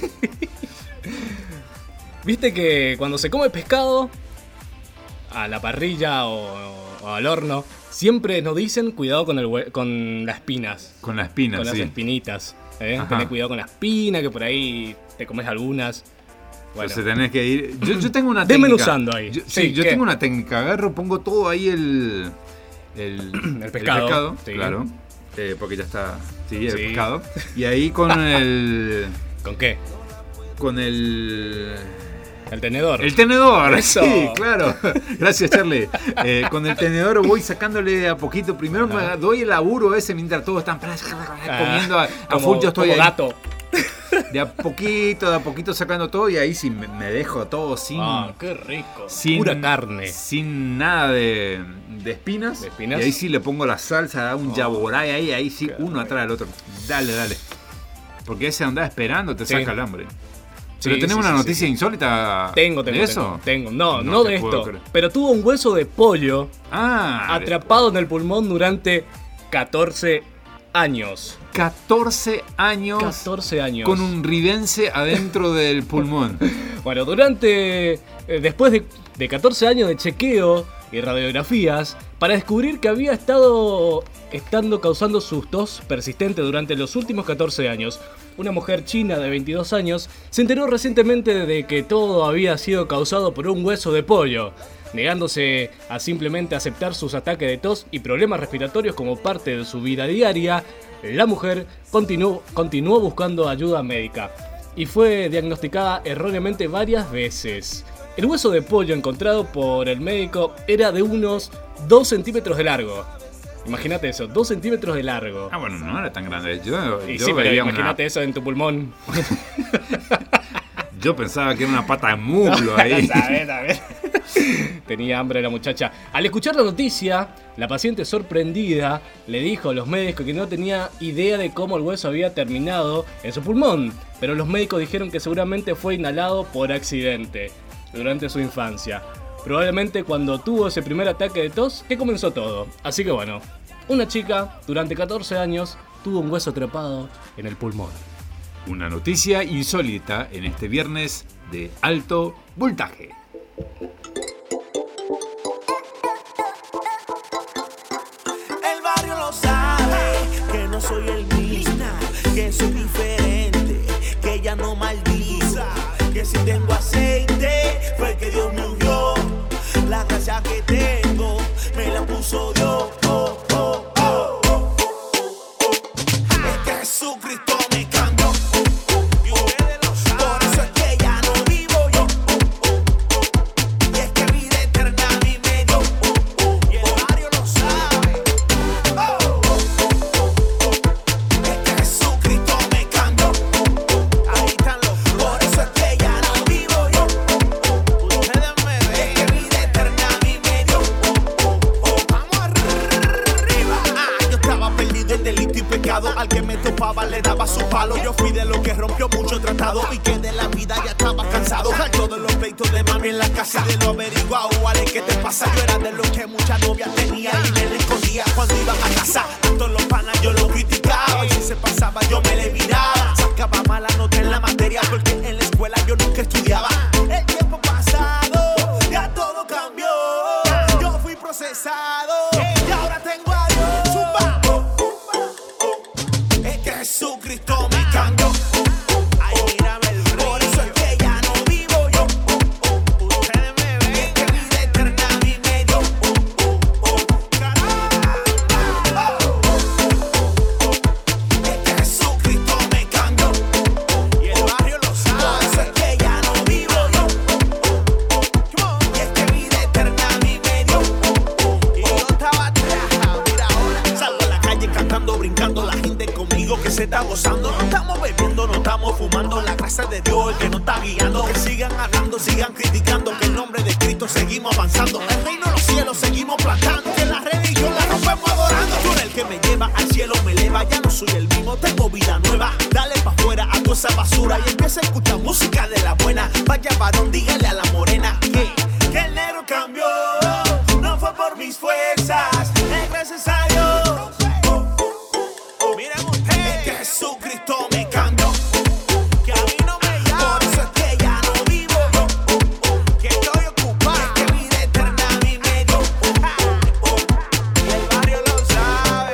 S1: Viste que cuando se come pescado a la parrilla o, o al horno, siempre nos dicen cuidado con, el hue- con las espinas,
S2: Con la espina,
S1: con las
S2: sí.
S1: espinitas. ¿eh?
S2: Ajá.
S1: Tené cuidado con la espina, que por ahí te comes algunas. Bueno,
S2: Entonces tenés que ir. Yo, yo tengo una técnica.
S1: Desmenuzando ahí.
S2: Yo,
S1: Sí,
S2: sí, yo
S1: ¿qué?
S2: tengo una técnica. Agarro, pongo todo ahí el. El,
S1: El pescado, sí.
S2: claro. Eh, porque ya está. Sí, el
S1: Sí.
S2: pescado. Y ahí con el.
S1: ¿con qué?
S2: Con el.
S1: El tenedor.
S2: El tenedor,
S1: Eso.
S2: sí, claro. Gracias, Charlie. Eh, con el tenedor voy sacándole a poquito. Primero
S1: Ajá.
S2: me doy el laburo ese mientras todos están comiendo a, a
S1: como,
S2: full. Yo estoy
S1: como
S2: ahí.
S1: gato.
S2: De a poquito, de a poquito sacando todo y ahí sí me, me dejo todo sin,
S1: Ah, qué rico.
S2: sin
S1: Pura carne.
S2: sin nada de, de espinas.
S1: ¿De espinas?
S2: Y ahí sí le pongo la salsa, un
S1: Oh,
S2: yaboray ahí, ahí sí,
S1: qué
S2: uno
S1: rico.
S2: atrás del otro. Dale, dale. Porque ese andaba esperando, te
S1: Sí.
S2: saca el hambre.
S1: Sí,
S2: Pero tenemos
S1: sí,
S2: una
S1: sí,
S2: noticia
S1: sí.
S2: insólita
S1: Tengo, tengo,
S2: de eso.
S1: tengo. tengo. No,
S2: No
S1: no,
S2: te
S1: de
S2: puedo
S1: esto.
S2: creer.
S1: Pero tuvo un hueso de pollo
S2: Ah,
S1: atrapado en el pulmón durante catorce años.
S2: catorce años
S1: catorce años.
S2: con un ridense adentro del pulmón.
S1: Bueno, durante. eh, después de, de catorce años de chequeo y radiografías, para descubrir que había estado estando causando sus tos persistente durante los últimos catorce años. Una mujer china de veintidós años se enteró recientemente de que todo había sido causado por un hueso de pollo, negándose a simplemente aceptar sus ataques de tos y problemas respiratorios como parte de su vida diaria. La mujer continuó, continuó buscando ayuda médica y fue diagnosticada erróneamente varias veces. El hueso de pollo encontrado por el médico era de unos dos centímetros de largo. Imagínate eso, dos centímetros de largo.
S2: Ah, bueno, no era tan grande. Yo,
S1: Y
S2: yo
S1: sí, pero
S2: veía una-
S1: imagínate eso en tu pulmón.
S2: Yo pensaba que era una pata de muslo ahí.
S1: Sabes, sabes. Tenía hambre la muchacha. Al escuchar la noticia, la paciente sorprendida le dijo a los médicos que no tenía idea de cómo el hueso había terminado en su pulmón, pero los médicos dijeron que seguramente fue inhalado por accidente durante su infancia. Probablemente cuando tuvo ese primer ataque de tos que comenzó todo. Así que bueno, una chica durante catorce años tuvo un hueso atrapado en el pulmón.
S2: Una noticia insólita en este viernes de alto voltaje.
S3: El barrio lo sabe, que no soy el mismo, que soy diferente, que ya no maldiza, que si tengo aceite fue que Dios me ungió, la gracia que tengo me la puso Dios. Oh, oh, oh, oh, oh, oh. Es que Jesucristo me cambió, oh, oh, oh. Por eso es que ya no vivo yo, oh, oh, oh. Y es que vida eterna a mí me dio, oh, oh, y el barrio lo sabe. Oh, oh, oh, oh. Es que Jesucristo me cambió, oh, oh. Ahí están los por eso es que ya no vivo yo, oh, oh. Ustedes me ven. Es que vida eterna a mí me dio, oh, oh, oh. Vamos arriba. Ah, yo estaba perdido en delito y pecado, al que que me topaba le daba su palo. Yo fui de los que rompió mucho tratado y que de la vida ya estaba cansado. Todos los pleitos de mami en la casa, de lo averiguado, ¿vale? ¿Qué te pasa? Yo era de los que muchas novias tenía y me le escondía cuando iban a casa. Todos los panas yo lo criticaba y si se pasaba yo me le miraba. Sacaba mala nota en la materia porque en la escuela yo nunca estudiaba. El tiempo pasado ya todo cambió. Yo fui procesado y ahora tengo a Dios. Zumba. Oh, oh, oh, oh. Es que Jesucristo me cambió. Ay, mírame el rey. Por eso es que ya no vivo yo. Oh, oh. Ustedes me ven. Es que vida eterna a mí me dio. Oh, oh, oh. Caramba. Oh, oh, oh. Es que Jesucristo me cambió. Y el barrio lo sabe. Por eso es que ya no vivo yo. Oh, oh, oh. Y es que vida eterna a mí me dio. Y yo estaba atrás. Mira ahora. Salgo a la calle cantando, brincando. La gente conmigo que se está gozando. No estamos bebiendo, no estamos fumando. La gracia de Dios el que nos está guiando. Que sigan hablando, sigan criticando. Que en nombre de Cristo seguimos avanzando. El reino de los cielos seguimos plantando. Que la religión la rompemos adorando. Tú eres el que me lleva al cielo, me eleva. Ya no soy el mismo, tengo vida nueva. Dale pa' afuera a toda esa basura y empieza a escuchar música de la buena. Vaya varón, dígale a la morena que, que el negro cambió. No fue por mis fuerzas, es gracias a Dios. Oh, oh, oh, oh. Miren ustedes, que Jesucristo me cambió. Que a mí no me llama. Por eso es que ya no vivo. Oh, oh, oh. Que estoy ocupado. Es que vida eterna a mí me dio. Oh, oh, oh. Y el barrio lo sabe.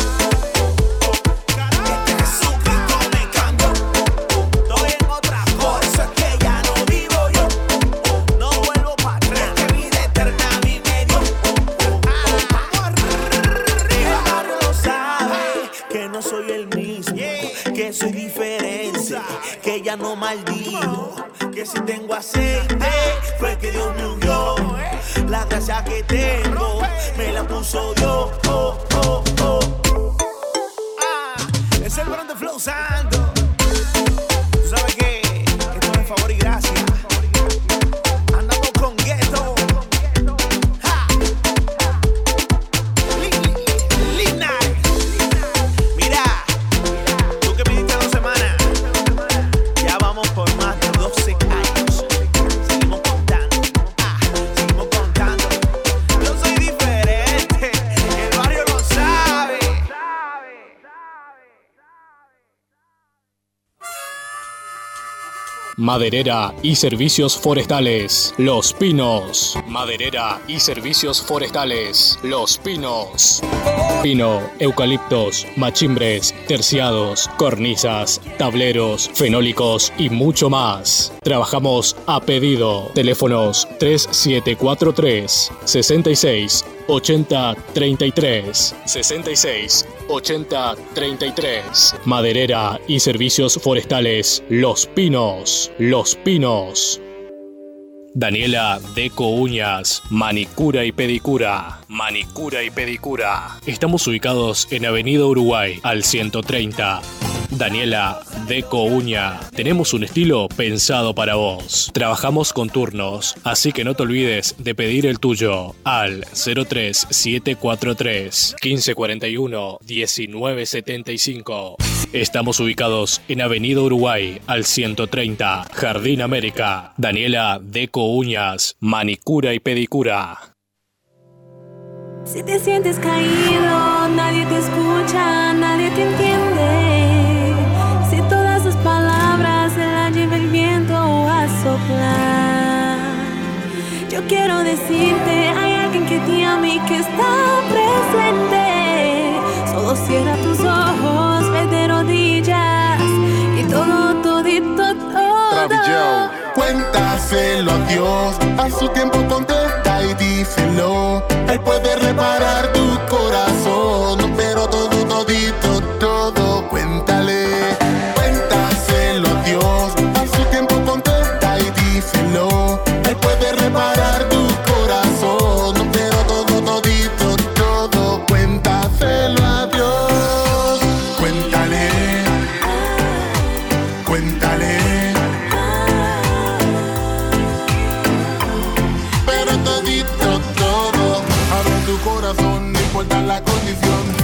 S3: Es que Jesucristo me cambió. Estoy en otra cosa. Por eso es que ya no vivo yo. No vuelvo para atrás. Es que vida eterna a mí me dio. Vamos arriba. El barrio lo sabe. Que no soy el mismo. Que soy diferente. Que ya no maldigo. Que si tengo aceite fue que Dios me ungió. La gracia que tengo me la puso Dios. Oh, oh, oh. Ah, es el varón de Flow Santo. ¿Tú sabes qué? Esto es favor y gracia. Andamos con Ghetto. Ja. Li- li- Lina. Mira, tú que me diste dos semanas, ya vamos por más de doce años. Seguimos contando, ah, seguimos contando. Yo soy diferente, el barrio lo sabe.
S1: Maderera y servicios forestales Los Pinos. Maderera y servicios forestales Los Pinos. Pino, eucaliptos, machimbres, terciados, cornisas, tableros, fenólicos y mucho más. Trabajamos a pedido. Teléfonos tres siete cuatro tres, sesenta y seis, ochenta, treinta y tres, sesenta y seis, ochenta, treinta y tres. Maderera y servicios forestales Los Pinos. Los Pinos. Daniela Deco Uñas, manicura y pedicura. Manicura y pedicura. Estamos ubicados en Avenida Uruguay, al ciento treinta. Daniela Deco Uña. Tenemos un estilo pensado para vos. Trabajamos con turnos, así que no te olvides de pedir el tuyo al cero tres siete cuatro tres, quince cuarenta y uno, diecinueve setenta y cinco. Estamos ubicados en Avenida Uruguay, al ciento treinta, Jardín América. Daniela Deco Uñas, manicura y pedicura.
S8: Si te sientes caído, nadie te escucha, nadie te entiende. Si todas sus palabras se las lleva el viento a soplar. Yo quiero decirte, hay alguien que te ama y que está presente. Solo cierra tus ojos, vete de rodillas y todo, todito, todo.
S7: Cuéntaselo a Dios, a su tiempo contesta y díselo. Él puede reparar tu corazón, pero todo, todito, todo, cuéntale. Cuéntaselo a Dios, a su tiempo contesta y díselo. Él puede reparar tu corazón, pero todo, todito, todo, cuéntaselo a Dios. Cuéntale, cuéntale. Pero todito, todo, abre tu corazón, no importa la condición.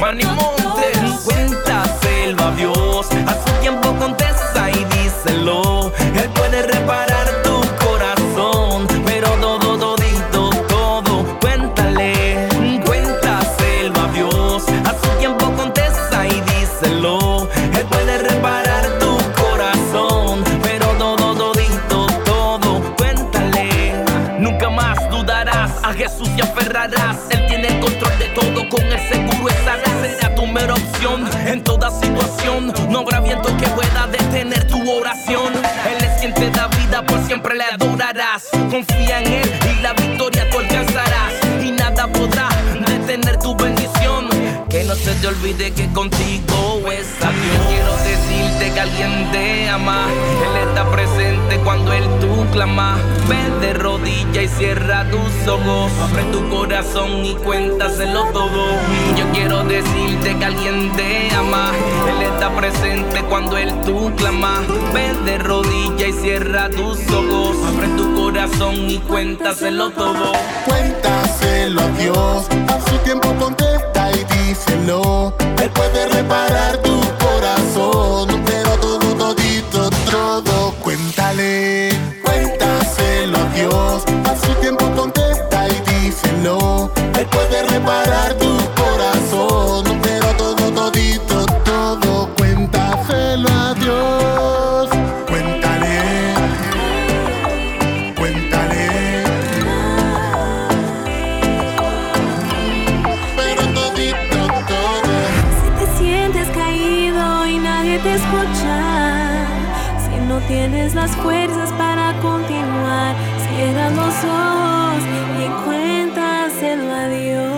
S9: llueva ni montes. Cuéntaselo a Dios, a su tiempo contesta y díselo. Él puede reparar tu corazón, pero todo, todito, todo, cuéntale. Cuéntaselo a Dios, a su tiempo contesta y díselo. Él puede reparar tu corazón, pero todo, todito, todo, cuéntale. Nunca más dudarás, a Jesús te aferrarás. Él tiene el control de todo, con él seguro estarás. Será tu mera opción en toda situación. No habrá viento que pueda detener tu oración. Él es quien te da vida, por siempre le adorarás. Confía en él y la victoria tú alcanzarás. Y nada podrá detener tu bendición. Que no se te olvide que contigo está Dios. Quiero decirte que alguien te ama. Él está presente cuando él tú clama. Ven de rodilla y cierra tus ojos. Abre tu corazón y cuéntaselo todo. Yo quiero decirte que alguien te ama. Él está presente cuando él tú clama. Ven de rodilla y cierra tus ojos. Abre tu corazón y cuéntaselo todo.
S7: Cuéntaselo a Dios, a su tiempo contesta y díselo. Él puede reparar tu corazón, pero todo, todito, todo, cuéntale. Cuéntaselo a Dios, a su tiempo contesta y díselo. Él puede reparar tu corazón, pero todo, todito, todo, cuéntaselo a Dios. Cuéntale, cuéntale.
S8: Te escucha. Si no tienes las fuerzas para continuar, cierra los ojos y cuéntaselo a Dios.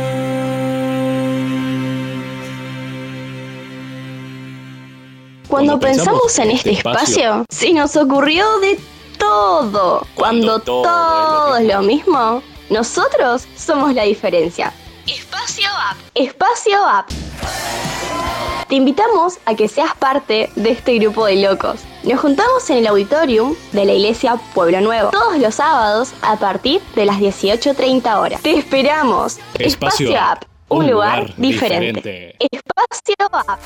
S10: Cuando pensamos en este espacio, se nos ocurrió de todo. Cuando todo es lo mismo, nosotros somos la diferencia. Espacio Up. Espacio Up. Te invitamos a que seas parte de este grupo de locos. Nos juntamos en el auditorium de la iglesia Pueblo Nuevo todos los sábados a partir de las dieciocho treinta horas. Te esperamos.
S1: Espacio,
S10: Espacio Up, un, un lugar, lugar diferente. diferente. Espacio Up.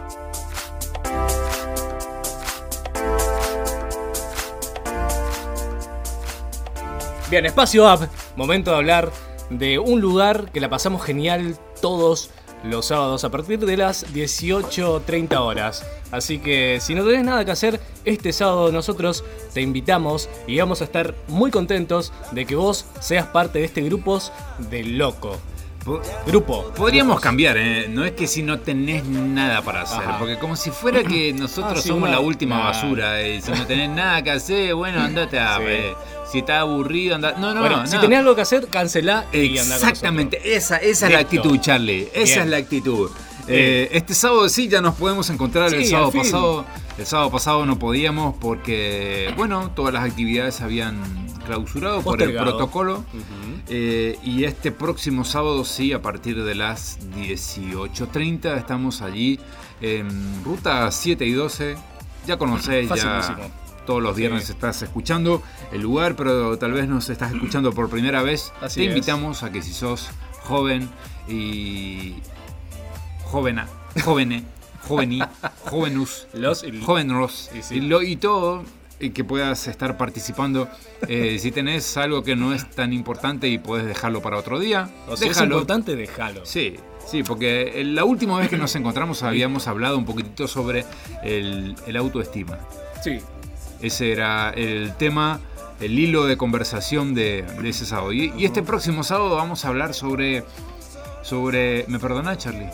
S1: Bien, Espacio Up, momento de hablar de un lugar que la pasamos genial todos los sábados a partir de las dieciocho treinta horas. Así que si no tenés nada que hacer, este sábado nosotros te invitamos y vamos a estar muy contentos de que vos seas parte de este grupo de loco. Grupo.
S2: Podríamos
S1: grupos.
S2: cambiar, ¿eh? No es que si no tenés nada para hacer, Ajá. porque como si fuera que nosotros ah, sí, somos una, la última nah. basura, y si no tenés nada que hacer, bueno, andate a ver. Sí. Si estás aburrido, andate. No, no,
S1: bueno,
S2: no.
S1: Si tenés algo que hacer, cancelá y andá con
S2: Exactamente, esa, esa es la actitud, Charlie. Esa Bien. es la actitud. Eh, este sábado sí ya nos podemos encontrar. Sí, el sábado pasado. El sábado pasado no podíamos porque, bueno, todas las actividades habían clausurado por el protocolo. Uh-huh. eh, y este próximo sábado sí, a partir de las dieciocho treinta, estamos allí en ruta siete y doce. Ya conocéis, ya todos los viernes sí. estás escuchando el lugar, pero tal vez nos estás escuchando por primera vez. Así Te es. invitamos a que si sos joven y jovena, jovene, jovení, jovenus,
S1: los y,
S2: jovenros y, sí. y, lo, y todo, y que puedas estar participando. Eh, si tenés algo que no es tan importante y podés dejarlo para otro día,
S1: o si
S2: déjalo.
S1: es importante, déjalo.
S2: Sí. Sí, porque la última vez que nos encontramos habíamos hablado un poquitito sobre el, el autoestima.
S1: Sí.
S2: Ese era el tema, el hilo de conversación de, de ese sábado. Y, y este próximo sábado vamos a hablar sobre... sobre ¿me perdonás, Charlie?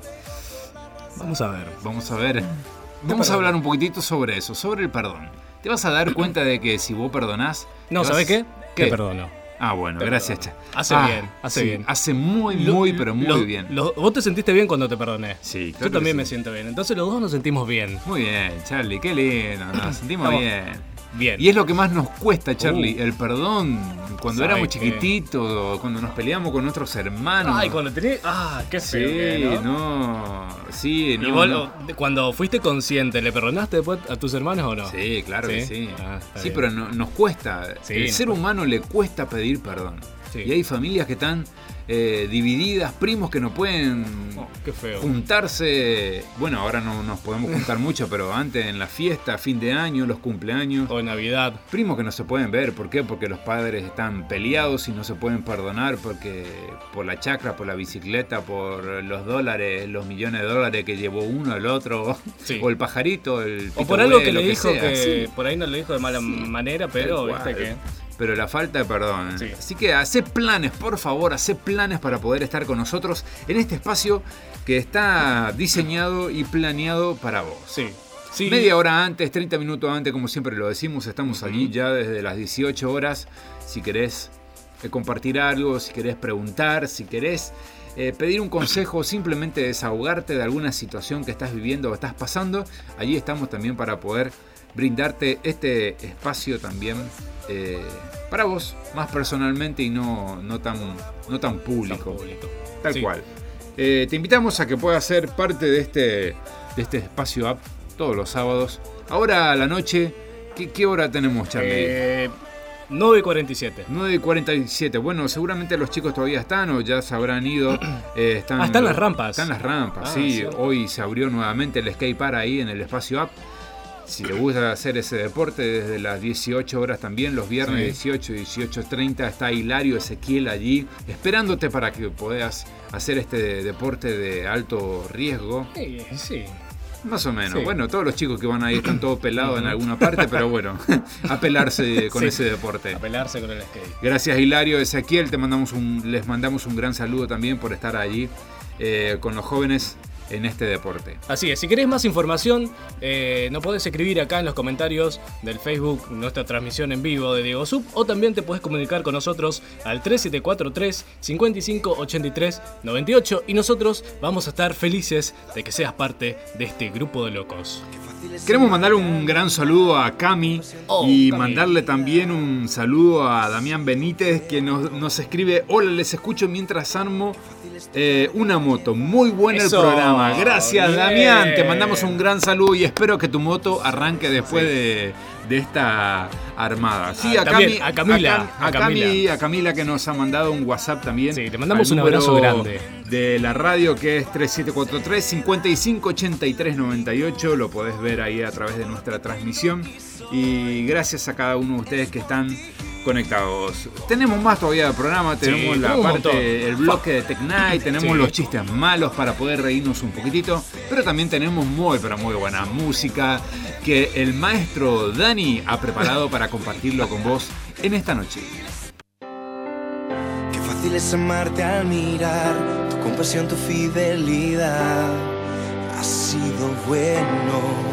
S1: Vamos a ver.
S2: Vamos a ver. Vamos a hablar un poquitito sobre eso, sobre el perdón. Te vas a dar cuenta de que si vos perdonás...
S1: No, ¿sabés qué? ¿Qué perdono?
S2: Ah, bueno,
S1: te
S2: gracias, Cha.
S1: Hace
S2: ah,
S1: bien, hace
S2: sí,
S1: bien.
S2: Hace muy, muy, pero muy
S1: lo,
S2: bien.
S1: Lo, vos te sentiste bien cuando te perdoné.
S2: Sí, claro.
S1: Yo también
S2: sí.
S1: me siento bien. Entonces los dos nos sentimos bien.
S2: Muy bien, Charlie, qué lindo. Nos sentimos
S1: Estamos
S2: bien.
S1: Bien.
S2: Y es lo que más nos cuesta, Charlie,
S1: uh,
S2: el perdón. Cuando éramos chiquititos,
S1: qué?
S2: cuando nos peleamos con nuestros hermanos.
S1: Ay, cuando tenías... Ah, qué feo.
S2: Sí,
S1: que, ¿no?
S2: no. Sí, no.
S1: ¿Y vos,
S2: no.
S1: cuando fuiste consciente, ¿le perdonaste después a tus hermanos o no?
S2: Sí, claro
S1: ¿Sí?
S2: que sí.
S1: Ah,
S2: sí,
S1: bien.
S2: pero no, nos cuesta.
S1: Sí,
S2: el
S1: nos
S2: ser
S1: cuesta.
S2: humano le cuesta pedir perdón.
S1: Sí.
S2: Y hay familias que están eh, divididas, primos que no pueden
S1: oh, qué feo.
S2: juntarse. Bueno, ahora no nos podemos juntar mucho, pero antes en la fiesta, fin de año, los cumpleaños.
S1: O Navidad.
S2: Primos que no se pueden ver. ¿Por qué? Porque los padres están peleados y no se pueden perdonar porque por la chacra, por la bicicleta, por los dólares, los millones de dólares que llevó uno, el otro,
S1: sí.
S2: o el pajarito, el
S1: o por algo
S2: güey,
S1: que le
S2: que
S1: dijo
S2: sea.
S1: que
S2: Sí.
S1: por ahí no le dijo de mala manera, pero viste que...
S2: Pero la falta de perdón.
S1: Sí.
S2: Así que hacé planes, por favor, hacé planes para poder estar con nosotros en este espacio que está diseñado y planeado para vos.
S1: Sí. Sí.
S2: Media hora antes, treinta minutos antes, como siempre lo decimos, estamos allí ya desde las dieciocho horas. Si querés eh, compartir algo, si querés preguntar, si querés eh, pedir un consejo, simplemente desahogarte de alguna situación que estás viviendo o estás pasando, allí estamos también para poder brindarte este espacio también eh, para vos, más personalmente y no, no, tan, no tan público.
S1: Tan público.
S2: Tal
S1: Sí.
S2: cual. Eh, te invitamos a que puedas ser parte de este, de este espacio app todos los sábados. Ahora a la noche, ¿qué, qué hora tenemos, Charlie?
S1: Eh, nueve y cuarenta y siete.
S2: nueve y cuarenta y siete. Bueno, seguramente los chicos todavía están o ya se habrán ido. Eh, están,
S1: Ah, están las rampas.
S2: Están las rampas,
S1: Ah,
S2: sí.
S1: sí.
S2: Hoy se abrió nuevamente el skate park ahí en el espacio app. Si te gusta hacer ese deporte, desde las dieciocho horas también, los viernes
S1: Sí.
S2: dieciocho y dieciocho treinta, está Hilario Ezequiel allí, esperándote para que puedas hacer este deporte de alto riesgo.
S1: Sí, sí.
S2: Más o menos.
S1: Sí.
S2: Bueno, todos los chicos que van ahí están todos pelados en alguna parte, pero bueno, a pelarse con
S1: Sí.
S2: ese deporte.
S1: A pelarse con el skate.
S2: Gracias, Hilario Ezequiel, te mandamos un, les mandamos un gran saludo también por estar allí eh, con los jóvenes en este deporte.
S1: Así es, si querés más información, eh, nos podés escribir acá en los comentarios del Facebook, nuestra transmisión en vivo de Diego Sub, o también te podés comunicar con nosotros al tres siete cuatro tres, cinco cinco ocho tres nueve ocho y nosotros vamos a estar felices de que seas parte de este grupo de locos.
S2: Queremos mandar un gran saludo a Cami
S1: Oh,
S2: y
S1: Cami.
S2: mandarle también un saludo a Damián Benítez que nos, nos escribe: hola, les escucho mientras armo eh, una moto. Muy bueno
S1: Eso,
S2: el programa. Gracias,
S1: bien.
S2: Damián. Te mandamos un gran saludo y espero que tu moto arranque después
S1: Sí.
S2: de, de esta armada. Sí,
S1: Ah,
S2: a,
S1: también
S2: Cami,
S1: a Camila,
S2: A, Cam-
S1: a
S2: a Cami,
S1: Camila.
S2: a Camila que nos ha mandado un WhatsApp también.
S1: Sí, te mandamos
S2: al
S1: un abrazo
S2: número
S1: grande.
S2: de la radio, que es tres siete cuatro tres, cinco cinco ocho tres nueve ocho. Lo podés ver ahí a través de nuestra transmisión. Y gracias a cada uno de ustedes que están conectados. Tenemos más todavía del programa. Tenemos
S1: Sí,
S2: la
S1: un
S2: parte,
S1: montón.
S2: el bloque de Tech Night. Tenemos
S1: Sí.
S2: los chistes malos para poder reírnos un poquitito. Pero también tenemos muy, pero muy buena música que el maestro Dani ha preparado para compartirlo con vos en esta noche.
S11: Qué fácil es amarte al mirar tu compasión, tu fidelidad. Ha sido bueno.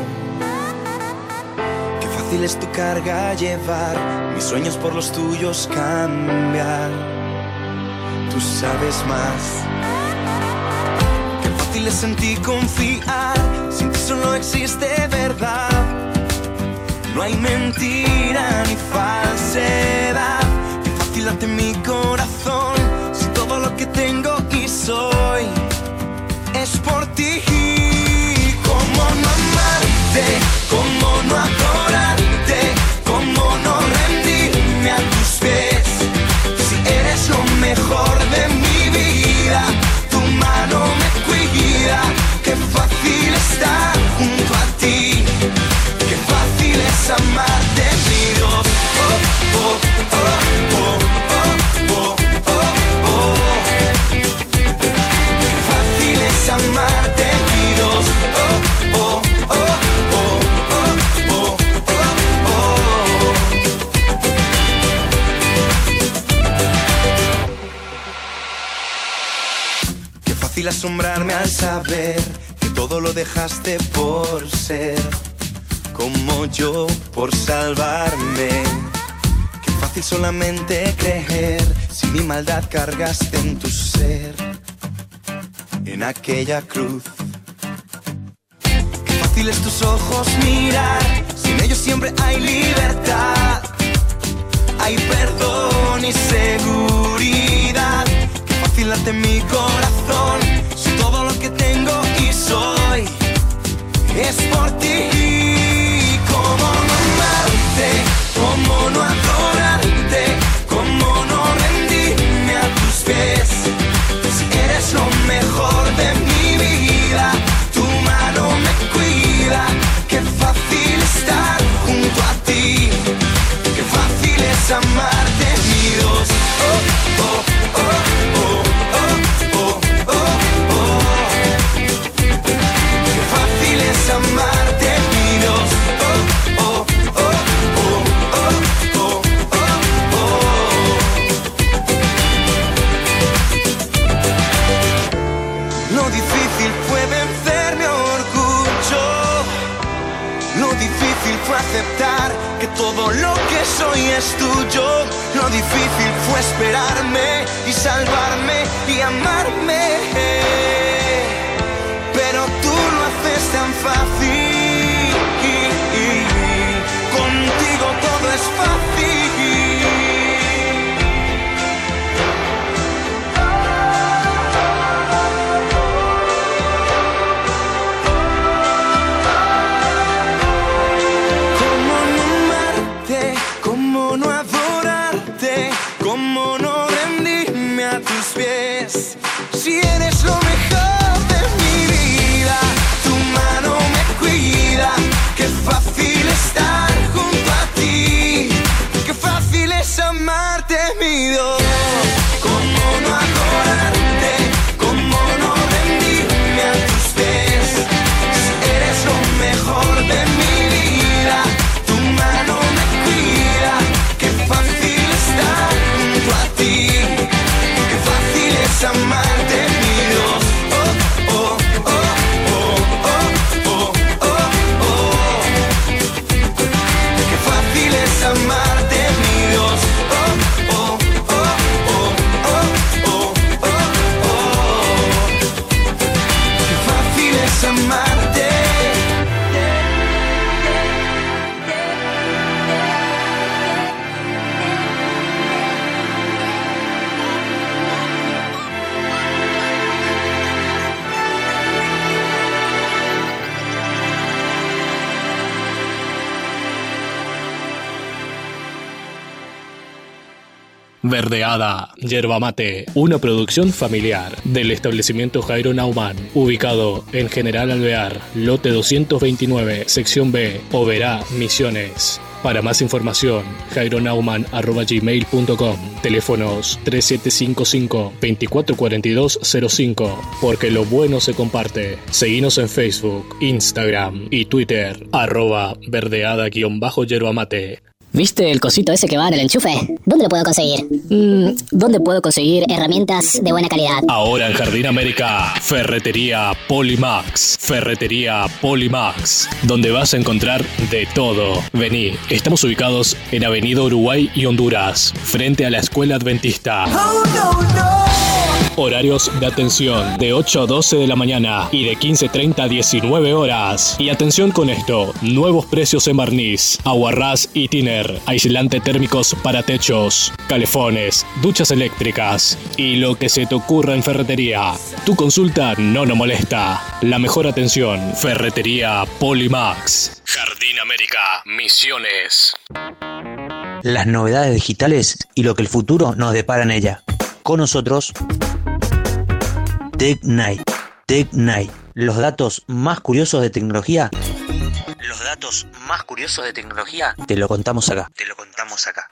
S11: Qué fácil es tu carga llevar, mis sueños por los tuyos cambiar. Tú sabes más. Qué fácil es en ti confiar, sin ti solo existe verdad. No hay mentira ni falsedad. Qué fácil late mi corazón, si todo lo que tengo y soy es por ti. Cómo no amarte, cómo no adorarte, cómo no rendirme a tus pies. Si eres lo mejor de mi vida, tu mano me cuida. Qué fácil estar junto a ti, qué fácil es amarte, mi Dios. Oh, oh, oh, oh, oh, oh, oh, oh. Qué fácil es amarte, mi Dios. Oh, oh, oh, oh, oh, oh, oh, oh. Qué fácil asombrarme al saber que todo lo dejaste por ser como yo, por salvarme. Qué fácil solamente creer si mi maldad cargaste en tu ser, en aquella cruz. Qué fácil es tus ojos mirar, sin ellos siempre hay libertad, hay perdón y seguridad. Qué fácil late mi corazón, si todo lo que tengo y soy es por ti. Cómo no amarte, cómo no adorarte, cómo no rendirme a tus pies. Dios. Oh, oh, oh, oh, oh, oh, oh, oh. Qué fácil es amarte, mi Dios. Oh, oh, oh, oh, oh, oh, oh, oh. Lo difícil fue vencer mi orgullo. Lo difícil fue aceptar que todo lo que soy es tuyo. Lo difícil fue esperarme y salvarme y amarme. Pero tú lo haces tan fácil. Contigo todo es fácil. ¿Cómo no adorarte? ¿Cómo no rendirme a tus pies? Si eres lo mejor de mi vida, tu mano me cuida. Qué fácil estar junto a ti, qué fácil es amarte, mi Dios. ¿Cómo no adorarte? ¿Cómo no rendirme a tus pies? Si eres lo mejor de mi vida, tu mano me cuida. Qué fácil estar junto a ti, qué fácil es amarte, mi Dios. Oh, oh, oh, oh, oh, oh, oh, oh. Qué fácil es amarte, mi Dios. Oh, oh, oh, oh, oh, oh, oh, oh. Qué fácil es amarte.
S1: Verdeada Yerba Mate, una producción familiar del establecimiento Jairo Naumann, ubicado en General Alvear, lote doscientos veintinueve, sección B, Oberá, Misiones. Para más información, jaironaumann arroba gmail punto com, teléfonos tres siete cinco cinco, veinticuatro cuarenta y dos cero cinco, porque lo bueno se comparte. Seguinos en Facebook, Instagram y Twitter, arroba verdeada-yerba mate.
S12: ¿Viste el cosito ese que va en el enchufe? ¿Dónde lo puedo conseguir? Mm, ¿Dónde puedo conseguir herramientas de buena calidad?
S1: Ahora en Jardín América, Ferretería Polimax. Ferretería Polimax, donde vas a encontrar de todo. Vení, estamos ubicados en Avenida Uruguay y Honduras, frente a la Escuela Adventista. Oh, no, no. Horarios de atención de ocho a doce de la mañana y de quince treinta a diecinueve horas. Y atención con esto, nuevos precios en barniz, aguarrás y tiner, aislante térmicos para techos, calefones, duchas eléctricas y lo que se te ocurra en ferretería. Tu consulta no nos molesta. La mejor atención, Ferretería Polimax. Jardín América, Misiones.
S13: Las novedades digitales y lo que el futuro nos depara en ella. Con nosotros, Tech Night. Tech Night. Los datos más curiosos de tecnología. Los datos más curiosos de tecnología. Te lo contamos acá. Te lo contamos acá.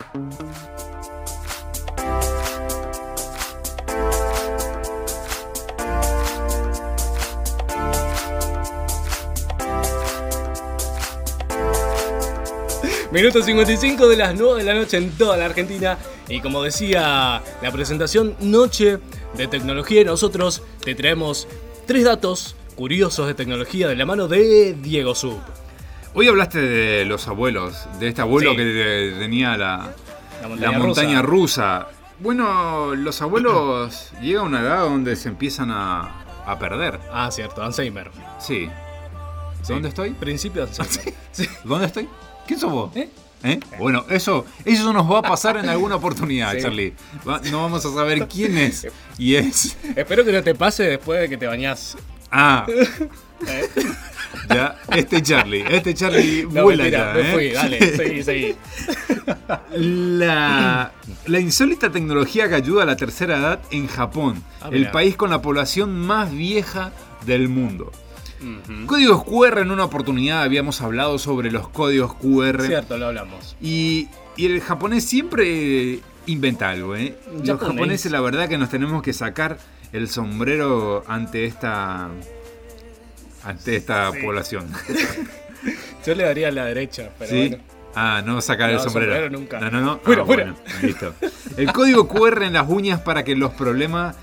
S1: Minuto cincuenta y cinco de las nueve de la noche en toda la Argentina. Y como decía la presentación, Noche de Tecnología. Y nosotros te traemos tres datos curiosos de tecnología de la mano de Diego Sub.
S2: Hoy hablaste de los abuelos, de este abuelo
S1: Sí.
S2: que tenía la,
S1: La montaña,
S2: la montaña
S1: rusa.
S2: rusa. Bueno, los abuelos llega a una edad donde se empiezan a, a perder.
S1: Ah, cierto, Alzheimer.
S2: Sí.
S1: Sí.
S2: ¿Dónde estoy?
S1: Principio de Alzheimer. Sí.
S2: ¿Dónde estoy? ¿Quién sos vos?
S1: ¿Eh?
S2: ¿Eh? Bueno, eso, eso nos va a pasar en alguna oportunidad,
S1: Sí.
S2: Charlie. Va- no vamos a saber quién es. Y es...
S1: Espero que no te pase después de que te bañás.
S2: Ah,
S1: ¿Eh?
S2: ya, este Charlie, este Charlie
S1: No,
S2: vuela
S1: mentira,
S2: ya,
S1: me
S2: ¿eh?
S1: fui, dale, seguí, seguí.
S2: La, la insólita tecnología que ayuda a la tercera edad en Japón,
S1: Ah,
S2: el
S1: mirá.
S2: país con la población más vieja del mundo.
S1: Ujú.
S2: Códigos Q R, en una oportunidad habíamos hablado sobre los códigos Q R.
S1: Cierto, lo hablamos.
S2: Y, y el japonés siempre inventa algo, ¿eh? Los
S1: Japonés.
S2: japoneses, la verdad que nos tenemos que sacar el sombrero ante esta ante esta
S1: Sí.
S2: población.
S1: Yo le daría a la derecha, pero
S2: ¿Sí?
S1: bueno.
S2: Ah, no sacar
S1: No,
S2: el sombrero.
S1: sombrero nunca.
S2: No, no, no.
S1: Fuera,
S2: Ah,
S1: fuera.
S2: bueno, listo. El código cu erre en las uñas para que los problemas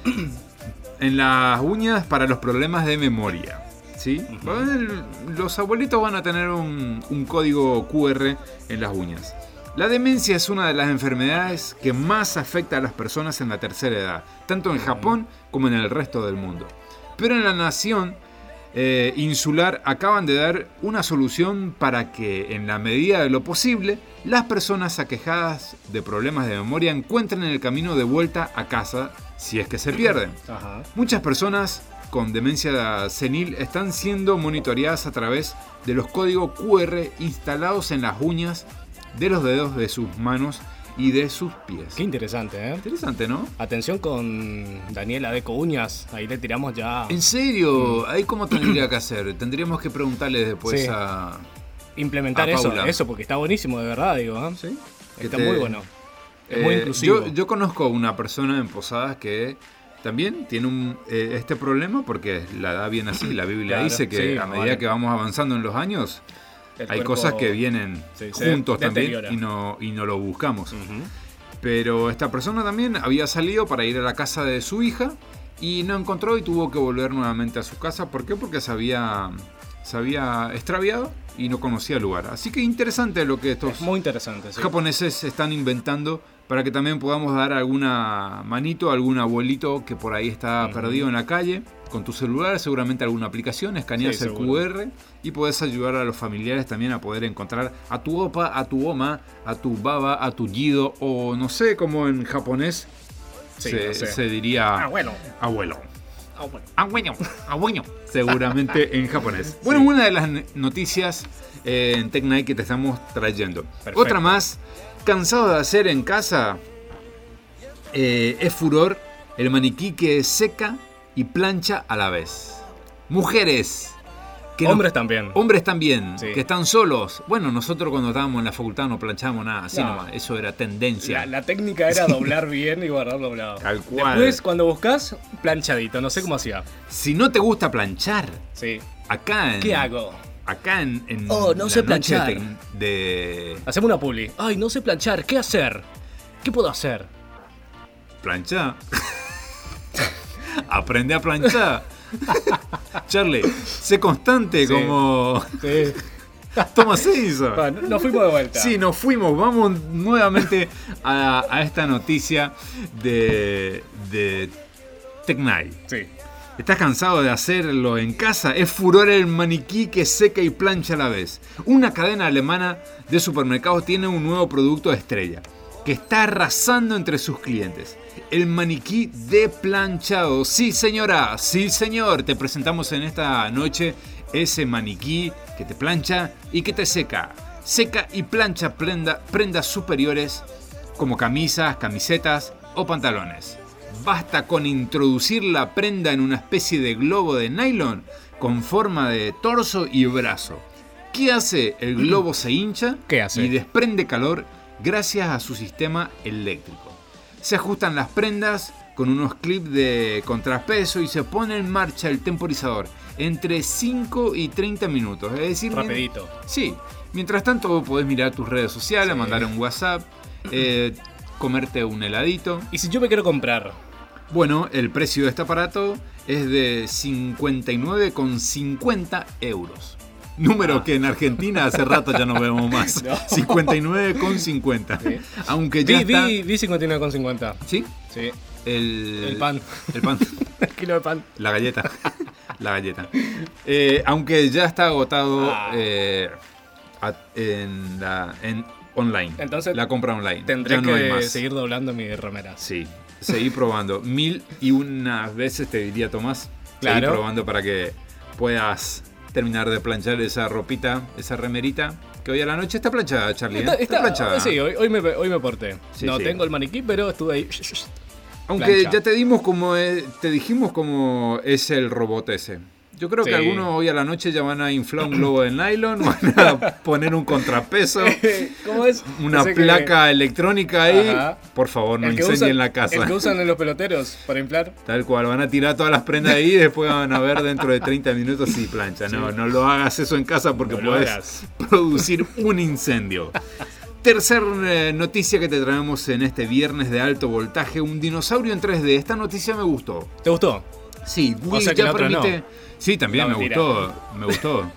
S2: en las uñas para los problemas de memoria. ¿Sí? Bueno, los abuelitos van a tener un, un código cu erre en las uñas. La demencia es una de las enfermedades que más afecta a las personas en la tercera edad, tanto en Japón como en el resto del mundo. Pero en la nación eh, insular acaban de dar una solución para que, en la medida de lo posible, las personas aquejadas de problemas de memoria encuentren el camino de vuelta a casa si es que se pierden.
S1: Ajá.
S2: Muchas personas con demencia senil están siendo monitoreadas a través de los códigos cu erre instalados en las uñas de los dedos de sus manos y de sus pies.
S1: Qué interesante, ¿eh?
S2: Interesante, ¿no?
S1: Atención con Daniela Deco Uñas. Ahí le tiramos ya.
S2: ¿En serio? ¿Ahí cómo tendría que hacer? Tendríamos que preguntarle después
S1: Sí.
S2: a...
S1: Implementar
S2: a
S1: eso,
S2: Paula.
S1: eso, porque está buenísimo, de verdad, digo. ¿eh?
S2: ¿Sí?
S1: Está
S2: Que te-
S1: muy bueno. Es muy
S2: Eh,
S1: inclusivo.
S2: Yo, yo conozco una persona en Posadas que también tiene un, eh, este problema porque la edad viene así. La Biblia
S1: Claro,
S2: dice que
S1: sí,
S2: a medida
S1: vale.
S2: que vamos avanzando en los años,
S1: El
S2: hay
S1: cuerpo,
S2: cosas que vienen
S1: sí, se
S2: juntos también
S1: deteriora.
S2: y no, y no lo buscamos. Pero esta persona también había salido para ir a la casa de su hija y no encontró y tuvo que volver nuevamente a su casa. ¿Por qué? Porque se había, se había extraviado y no conocía el lugar. Así que interesante lo que estos
S1: Es muy interesante, sí.
S2: japoneses están inventando para que también podamos dar alguna manito, algún abuelito que por ahí está
S1: Ujú.
S2: perdido en la calle. Con tu celular, seguramente alguna aplicación, escaneas
S1: Sí,
S2: el
S1: seguro.
S2: cu erre y podés ayudar a los familiares también a poder encontrar a tu opa, a tu oma, a tu baba, a tu yido o no sé cómo en japonés
S1: Sí,
S2: se,
S1: no sé.
S2: se diría
S1: Abuelo.
S2: abuelo.
S1: Abuelo.
S2: Abuelo, abuelo. Seguramente en japonés. Bueno, una de las n- noticias eh, en Tech Night que te estamos trayendo.
S1: Perfecto.
S2: Otra más, cansado de hacer en casa, eh, es furor el maniquí que seca y plancha a la vez. Mujeres. que no-
S1: Hombres también.
S2: Hombres también,
S1: Sí.
S2: que están solos. Bueno, nosotros cuando estábamos en la facultad no planchábamos nada, así
S1: No.
S2: nomás. Eso era tendencia.
S1: La, la técnica era doblar bien y guardar doblado.
S2: Tal cual.
S1: Después, cuando buscas, planchadito. No sé cómo hacía.
S2: Si no te gusta planchar,
S1: Sí.
S2: acá en...
S1: ¿Qué hago?
S2: Acá en, en
S1: Oh, no
S2: la
S1: sé
S2: noche
S1: planchar.
S2: de, de
S1: Hacemos una publi. Ay, no sé planchar. ¿Qué hacer? ¿Qué puedo hacer?
S2: planchar. Aprende a planchar. Charlie, sé constante
S1: Sí.
S2: como
S1: Sí.
S2: Thomas Edison.
S1: Bueno, nos fuimos de vuelta.
S2: Sí, nos fuimos. Vamos nuevamente a, a esta noticia de, de Tech Night.
S1: Sí.
S2: ¿Estás cansado de hacerlo en casa? Es furor el maniquí que seca y plancha a la vez. Una cadena alemana de supermercados tiene un nuevo producto estrella que está arrasando entre sus clientes. El maniquí de planchado. Sí, señora, sí, señor. Te presentamos en esta noche ese maniquí que te plancha y que te seca. Seca y plancha prenda- prendas superiores como camisas, camisetas o pantalones. Basta con introducir la prenda en una especie de globo de nylon con forma de torso y brazo. ¿Qué hace? El globo se hincha
S1: ¿Qué hace?
S2: y desprende calor gracias a su sistema eléctrico. Se ajustan las prendas con unos clips de contrapeso y se pone en marcha el temporizador entre cinco y treinta minutos. Es decir,
S1: Rapidito.
S2: Sí. Mientras tanto vos podés mirar tus redes sociales,
S1: Sí.
S2: mandar un WhatsApp, eh, comerte un heladito.
S1: ¿Y si yo me quiero comprar?
S2: Bueno, el precio de este aparato es de cincuenta y nueve con cincuenta euros. Número
S1: Ah.
S2: que en Argentina hace rato ya no vemos más.
S1: No.
S2: cincuenta y nueve con cincuenta.
S1: Sí.
S2: Aunque ya
S1: Vi,
S2: está...
S1: vi, vi cincuenta y nueve con cincuenta.
S2: ¿Sí?
S1: Sí.
S2: El,
S1: El pan.
S2: El pan.
S1: El kilo de pan.
S2: La galleta. La galleta. Eh, aunque ya está agotado
S1: Ah.
S2: eh, a- en, la, en online.
S1: Entonces,
S2: la compra online.
S1: Tendré
S2: Ya no hay
S1: que
S2: más.
S1: seguir doblando mis remeras.
S2: Sí. Seguí probando. Mil y unas veces te diría, Tomás.
S1: Claro.
S2: Seguí probando para que puedas terminar de planchar esa ropita, esa remerita. Que hoy a la noche está planchada, Charlie. ¿eh?
S1: Está, está-
S2: planchada.
S1: Sí, hoy, hoy, me, hoy me porté.
S2: Sí,
S1: no
S2: sí.
S1: tengo el maniquí, pero estuve ahí.
S2: Aunque
S1: plancha.
S2: ya te dimos como es- te dijimos cómo es el robot ese. Yo creo
S1: Sí.
S2: que algunos hoy a la noche ya van a inflar un globo de nylon, van a poner un contrapeso,
S1: ¿Cómo es?
S2: una
S1: Ese que-
S2: placa electrónica ahí.
S1: Ajá.
S2: Por favor, no
S1: El que
S2: incendien
S1: usan-
S2: la casa.
S1: El que usan en los peloteros para inflar.
S2: Tal cual, van a tirar todas las prendas ahí y después van a ver dentro de treinta minutos si plancha. No,
S1: Sí.
S2: no lo hagas eso en casa porque
S1: No lo
S2: puedes
S1: hagas.
S2: producir un incendio. Tercer eh, noticia que te traemos en este viernes de alto voltaje, un dinosaurio en tres D. Esta noticia me gustó.
S1: ¿Te gustó?
S2: Sí, Google
S1: sea que
S2: ya
S1: la otra
S2: permite...
S1: no.
S2: Sí, también
S1: No,
S2: me
S1: mentira.
S2: gustó, me gustó.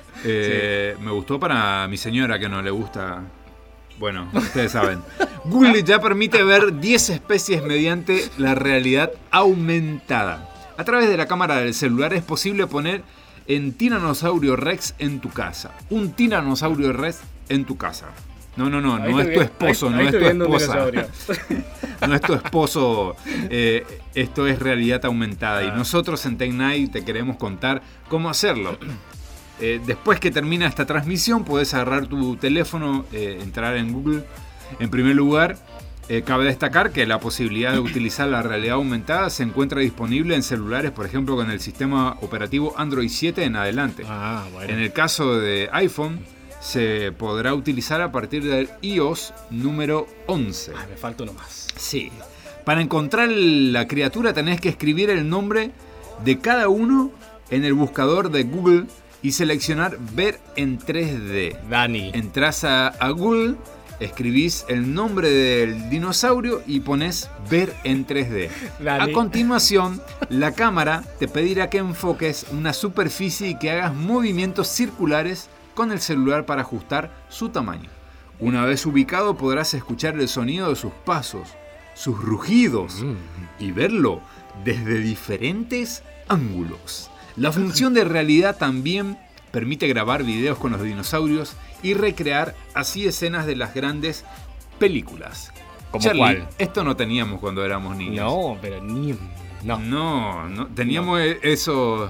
S2: Eh, Me gustó para mi señora que no le gusta... Bueno, ustedes saben. Google ya permite ver diez especies mediante la realidad aumentada. A través de la cámara del celular es posible poner en Tiranosaurio Rex en tu casa. Un Tiranosaurio Rex en tu casa. No, no, no,
S1: Ahí
S2: no
S1: estoy
S2: es tu
S1: vi-
S2: esposo,
S1: ahí-
S2: no
S1: ahí
S2: es tu
S1: estoy viendo un
S2: esposa.
S1: dinosaurio.
S2: No es tu esposo. eh, esto es realidad aumentada. Y
S1: Ah.
S2: nosotros en Tech Night te queremos contar cómo hacerlo. Eh, después que termina esta transmisión, puedes agarrar tu teléfono, eh, entrar en Google. En primer lugar, eh, cabe destacar que la posibilidad de utilizar la realidad aumentada se encuentra disponible en celulares, por ejemplo, con el sistema operativo Android siete en adelante.
S1: Ah, bueno.
S2: En el caso de iPhone, se podrá utilizar a partir del iOS número once.
S1: Ah, me falta uno más.
S2: Sí. Para encontrar la criatura tenés que escribir el nombre de cada uno en el buscador de Google y seleccionar ver en tres D.
S1: Dani.
S2: Entrás a, a Google, escribís el nombre del dinosaurio y pones ver en tres D.
S1: Dani.
S2: A continuación, la cámara te pedirá que enfoques una superficie y que hagas movimientos circulares con el celular para ajustar su tamaño. Una vez ubicado podrás escuchar el sonido de sus pasos, sus rugidos y verlo desde diferentes ángulos. La función de realidad también permite grabar videos con los dinosaurios y recrear así escenas de las grandes películas.
S1: ¿Cómo
S2: Charlie,
S1: cuál?
S2: esto no teníamos cuando éramos niños.
S1: No, pero ni... No.
S2: No, no teníamos e- esos...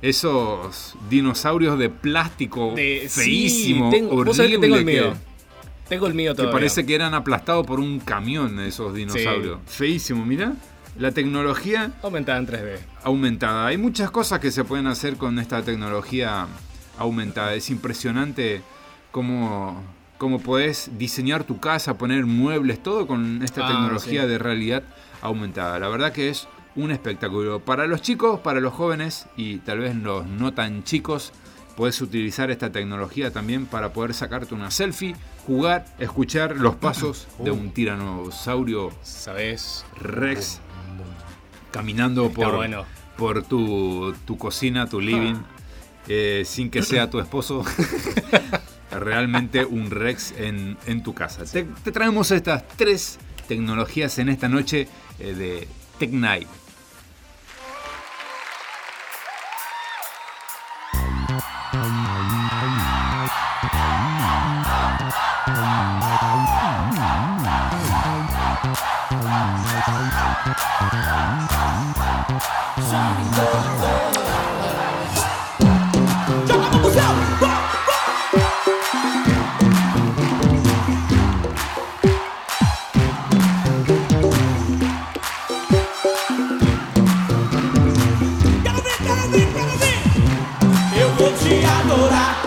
S2: Esos dinosaurios de plástico
S1: De-
S2: feísimo,
S1: sí, tengo-
S2: horrible.
S1: vos sabés que tengo el
S2: que-
S1: mío. Tengo el mío
S2: que
S1: todavía.
S2: parece que eran aplastados por un camión esos dinosaurios. Feísimo, mira. La tecnología
S1: Aumentada en tres D.
S2: aumentada. Hay muchas cosas que se pueden hacer con esta tecnología aumentada. Es impresionante cómo, cómo podés diseñar tu casa, poner muebles, todo con esta
S1: Ah,
S2: tecnología
S1: sí.
S2: de realidad aumentada. La verdad que es un espectáculo. Para los chicos, para los jóvenes y tal vez los no tan chicos, puedes utilizar esta tecnología también para poder sacarte una selfie, jugar, escuchar los pasos de un tiranosaurio
S1: ¿Sabes?
S2: Rex caminando
S1: Está
S2: por,
S1: bueno.
S2: por tu, tu cocina, tu living, eh, sin que sea tu esposo. Realmente un Rex en, en tu casa. Te, te traemos estas tres tecnologías en esta noche eh, de Tech Night.
S3: Eu vou te adorar.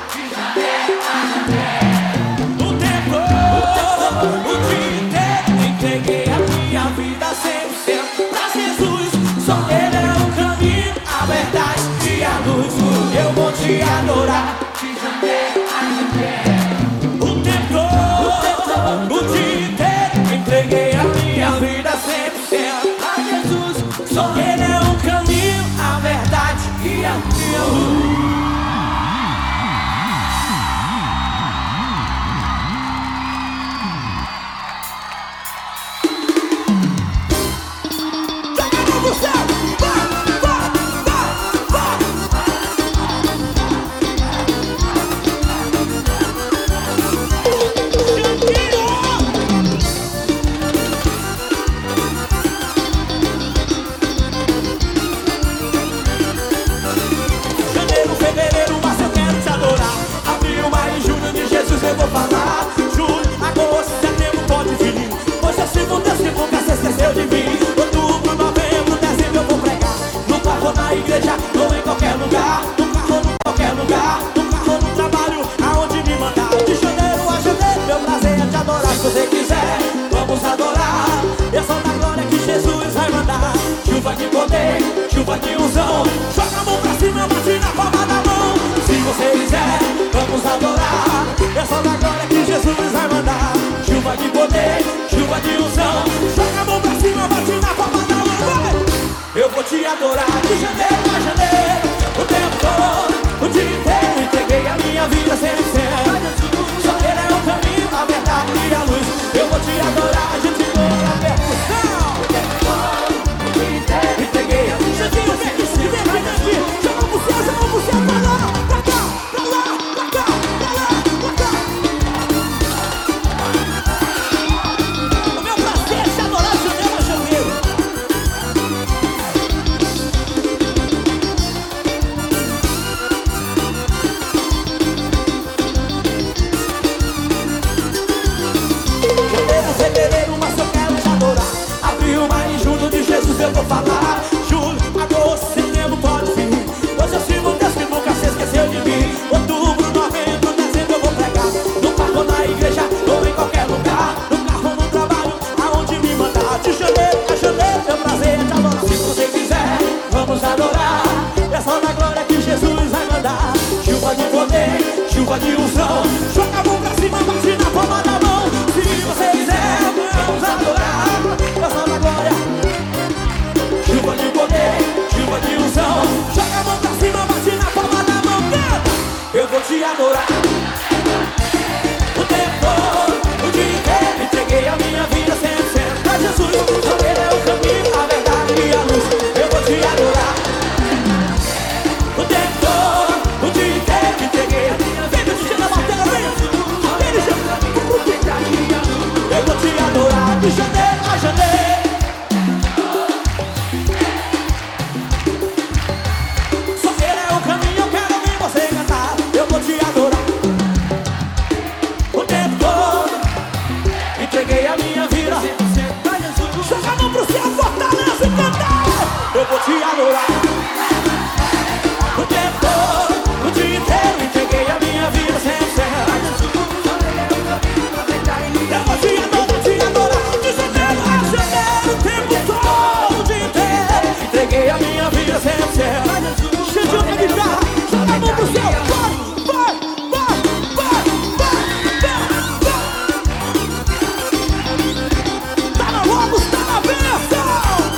S3: O tempo todo, o dia inteiro. Entreguei a minha vida cem por cento pra Jesus. Só Ele é o caminho, a verdade e a luz. Eu vou te adorar. O tempo todo, o dia inteiro. Entreguei a minha vida cem por cento pra Jesus. Só Ele é o caminho, a verdade e a luz. Janeiro chuva de unção. Joga a mão pra cima, bate na palma da mão. Se você quiser, vamos adorar. Nossa na glória. Chuva de poder, chuva de unção. Joga a mão pra cima, bate na palma da mão. Eu vou te adorar. O tempo todo, o dia inteiro, entreguei a minha vida cem por cento pra Jesus. Só Ele é o caminho, a verdade e a luz. Eu vou te adorar. O tempo todo, o dia inteiro, entreguei a minha vida cem por cento pra Jesus. Só Ele é o caminho, a verdade e a luz. Eu vou te adorar de janeiro a janeiro. Só Ele é o caminho, eu quero ouvir você cantar. Eu vou te adorar. O tempo todo, entreguei a minha vida cem por cento pra Jesus. Joga a mão pro céu, fortaleza e cantar. Eu vou te adorar. O tempo todo, o dia inteiro, entreguei a minha vida cem por cento pra Jesus. Eu vou te adorar, te adorar, de janeiro a janeiro. O tempo todo, o dia inteiro, entreguei a minha vida cem por cento pra Jesus. Gente, eu quero gritar, joga a mão pro céu, vai, vai, vai, vai, vai, vai. Tá na Logos, tá na bênção.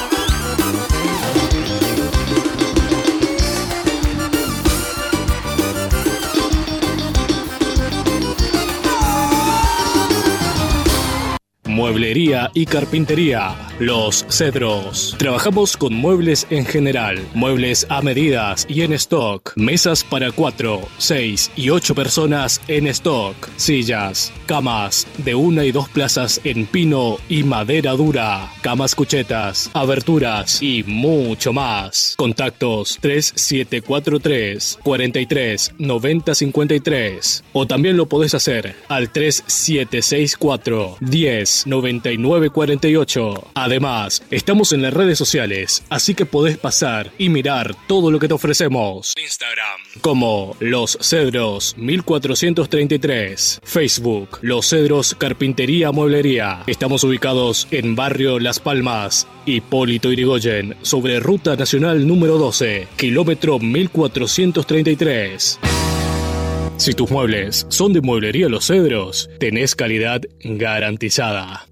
S1: Mueblería y carpintería. Los Cedros. Trabajamos con muebles en general, muebles a medidas y en stock, mesas para cuatro, seis y ocho personas en stock, sillas, camas de una y dos plazas en pino y madera dura, camas cuchetas, aberturas y mucho más. Contactos tres siete cuatro tres, cuatro tres, nueve cero cinco tres o también lo podés hacer al tres siete seis cuatro, diez, noventa y nueve cuarenta y ocho. Además, estamos en las redes sociales, así que podés pasar y mirar todo lo que te ofrecemos. Instagram como Los Cedros mil cuatrocientos treinta y tres, Facebook Los Cedros Carpintería Mueblería. Estamos ubicados en Barrio Las Palmas, Hipólito Yrigoyen, sobre Ruta Nacional número doce, kilómetro mil cuatrocientos treinta y tres. Si tus muebles son de Mueblería Los Cedros, tenés calidad garantizada.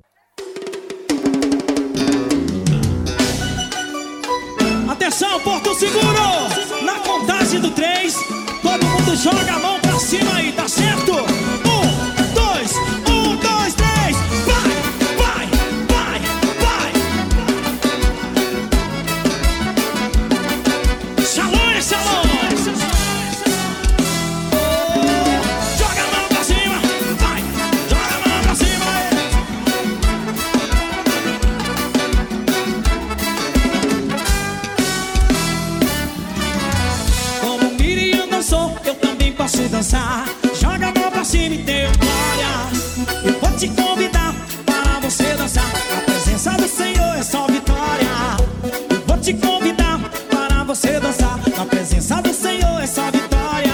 S14: Atenção, Porto Seguro! Na contagem do três, todo mundo joga a mão pra cima aí, tá certo? Um, dois, um, dois, três, vai, vai, vai, vai! Shalom, é shalom! Joga a mão pra cima, vai, joga a mão pra cima aí! Eu também posso dançar. Joga a mão pra cima e dê glória. Eu vou te convidar para você dançar. A presença do Senhor é só vitória. Eu vou te convidar para você dançar. A presença do Senhor é só vitória.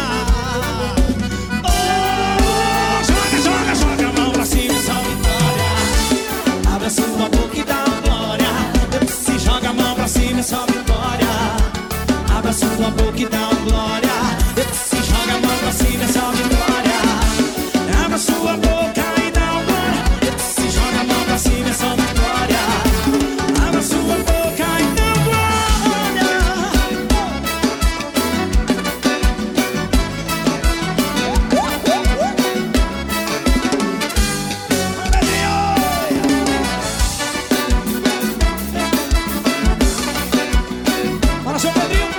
S14: Oh, joga, joga, joga a mão pra cima e só vitória. Abre a sua boca e dá glória. Eu disse, joga a mão pra cima e só vitória. Abre a sua boca e dá glória. Se joga a mão pra cima, é só vitória. Abra sua boca e dá um glória. Se joga a mão pra cima, é só vitória. Abra sua boca e dá um glória. Bora, seu Pedrinho.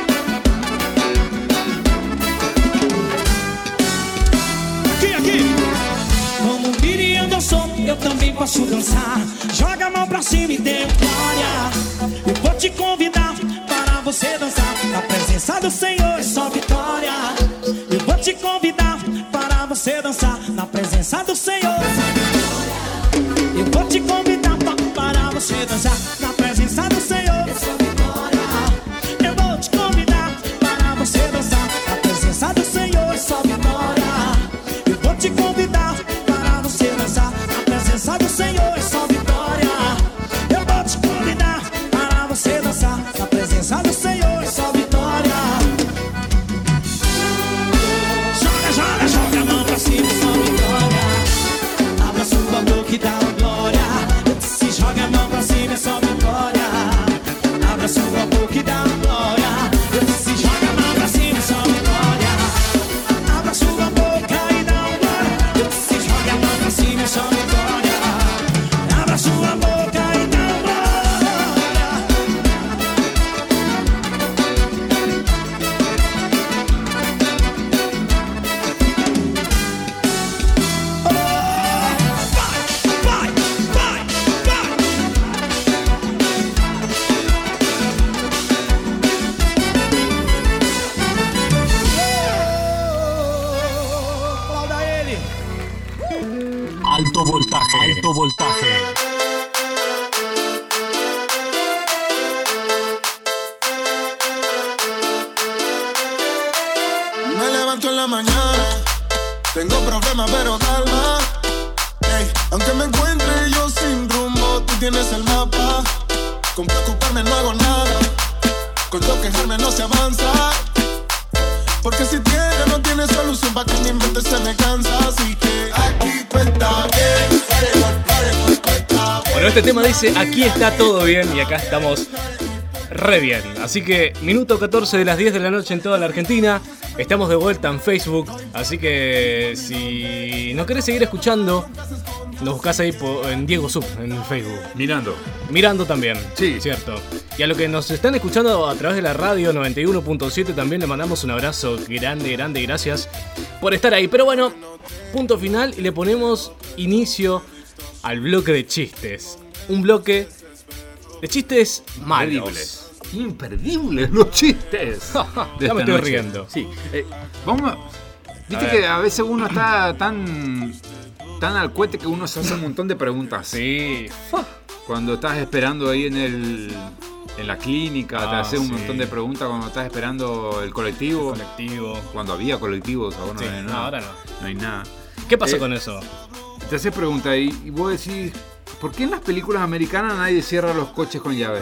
S14: Eu também posso dançar. Joga a mão pra cima e dê glória. Eu vou te convidar para você dançar. Na presença do Senhor é só vitória. Eu vou te convidar para você dançar. Na presença do Senhor é só vitória. Eu vou te convidar para você dançar. Na presença do Senhor é só vitória. Eu vou te convidar para você dançar. Na presença do Senhor é só vitória. Eu vou te convidar para você dançar. Na presença do Senhor é só vitória. Eu vou te convidar para você dançar. Na presença do Senhor é só vitória. Joga, joga, joga a mão
S7: marco en la mañana. Tengo problemas pero calma. Ey, aunque me encuentre yo sin rumbo, tú tienes el mapa. Con preocuparme no hago nada. Con yo quejarme no se avanza. Porque si tiene no tiene solución, pa' que mi mente se me cansa. Así que aquí tú estás bien.
S1: Bueno, este tema dice, aquí está todo bien y acá estamos re bien. Así que minuto catorce de las diez de la noche en toda la Argentina. Estamos de vuelta en Facebook. Así que si no querés seguir escuchando, nos buscás ahí en Diego Sub en Facebook.
S2: Mirando.
S1: Mirando también.
S2: Sí.
S1: Cierto. Y a los que nos están escuchando a través de la radio noventa y uno punto siete también le mandamos un abrazo grande, grande. Gracias por estar ahí. Pero bueno, punto final y le ponemos inicio al bloque de chistes. Un bloque de chistes malos.
S2: Imperdibles los chistes.
S1: Ya me estoy noche. riendo.
S2: Sí. Eh, vamos a... Viste a que a veces uno está tan tan al cohete que uno se hace un montón de preguntas.
S1: Sí.
S2: Cuando estás esperando ahí en el en la clínica, ah, te haces un sí. montón de preguntas cuando estás esperando el colectivo.
S1: El colectivo.
S2: Cuando había colectivos, ahora,
S1: sí.
S2: no, hay
S1: no,
S2: nada.
S1: ahora no.
S2: No hay nada.
S1: ¿Qué pasa
S2: eh,
S1: con eso?
S2: Te haces preguntas y, y vos decís, ¿por qué en las películas americanas nadie cierra los coches con llave?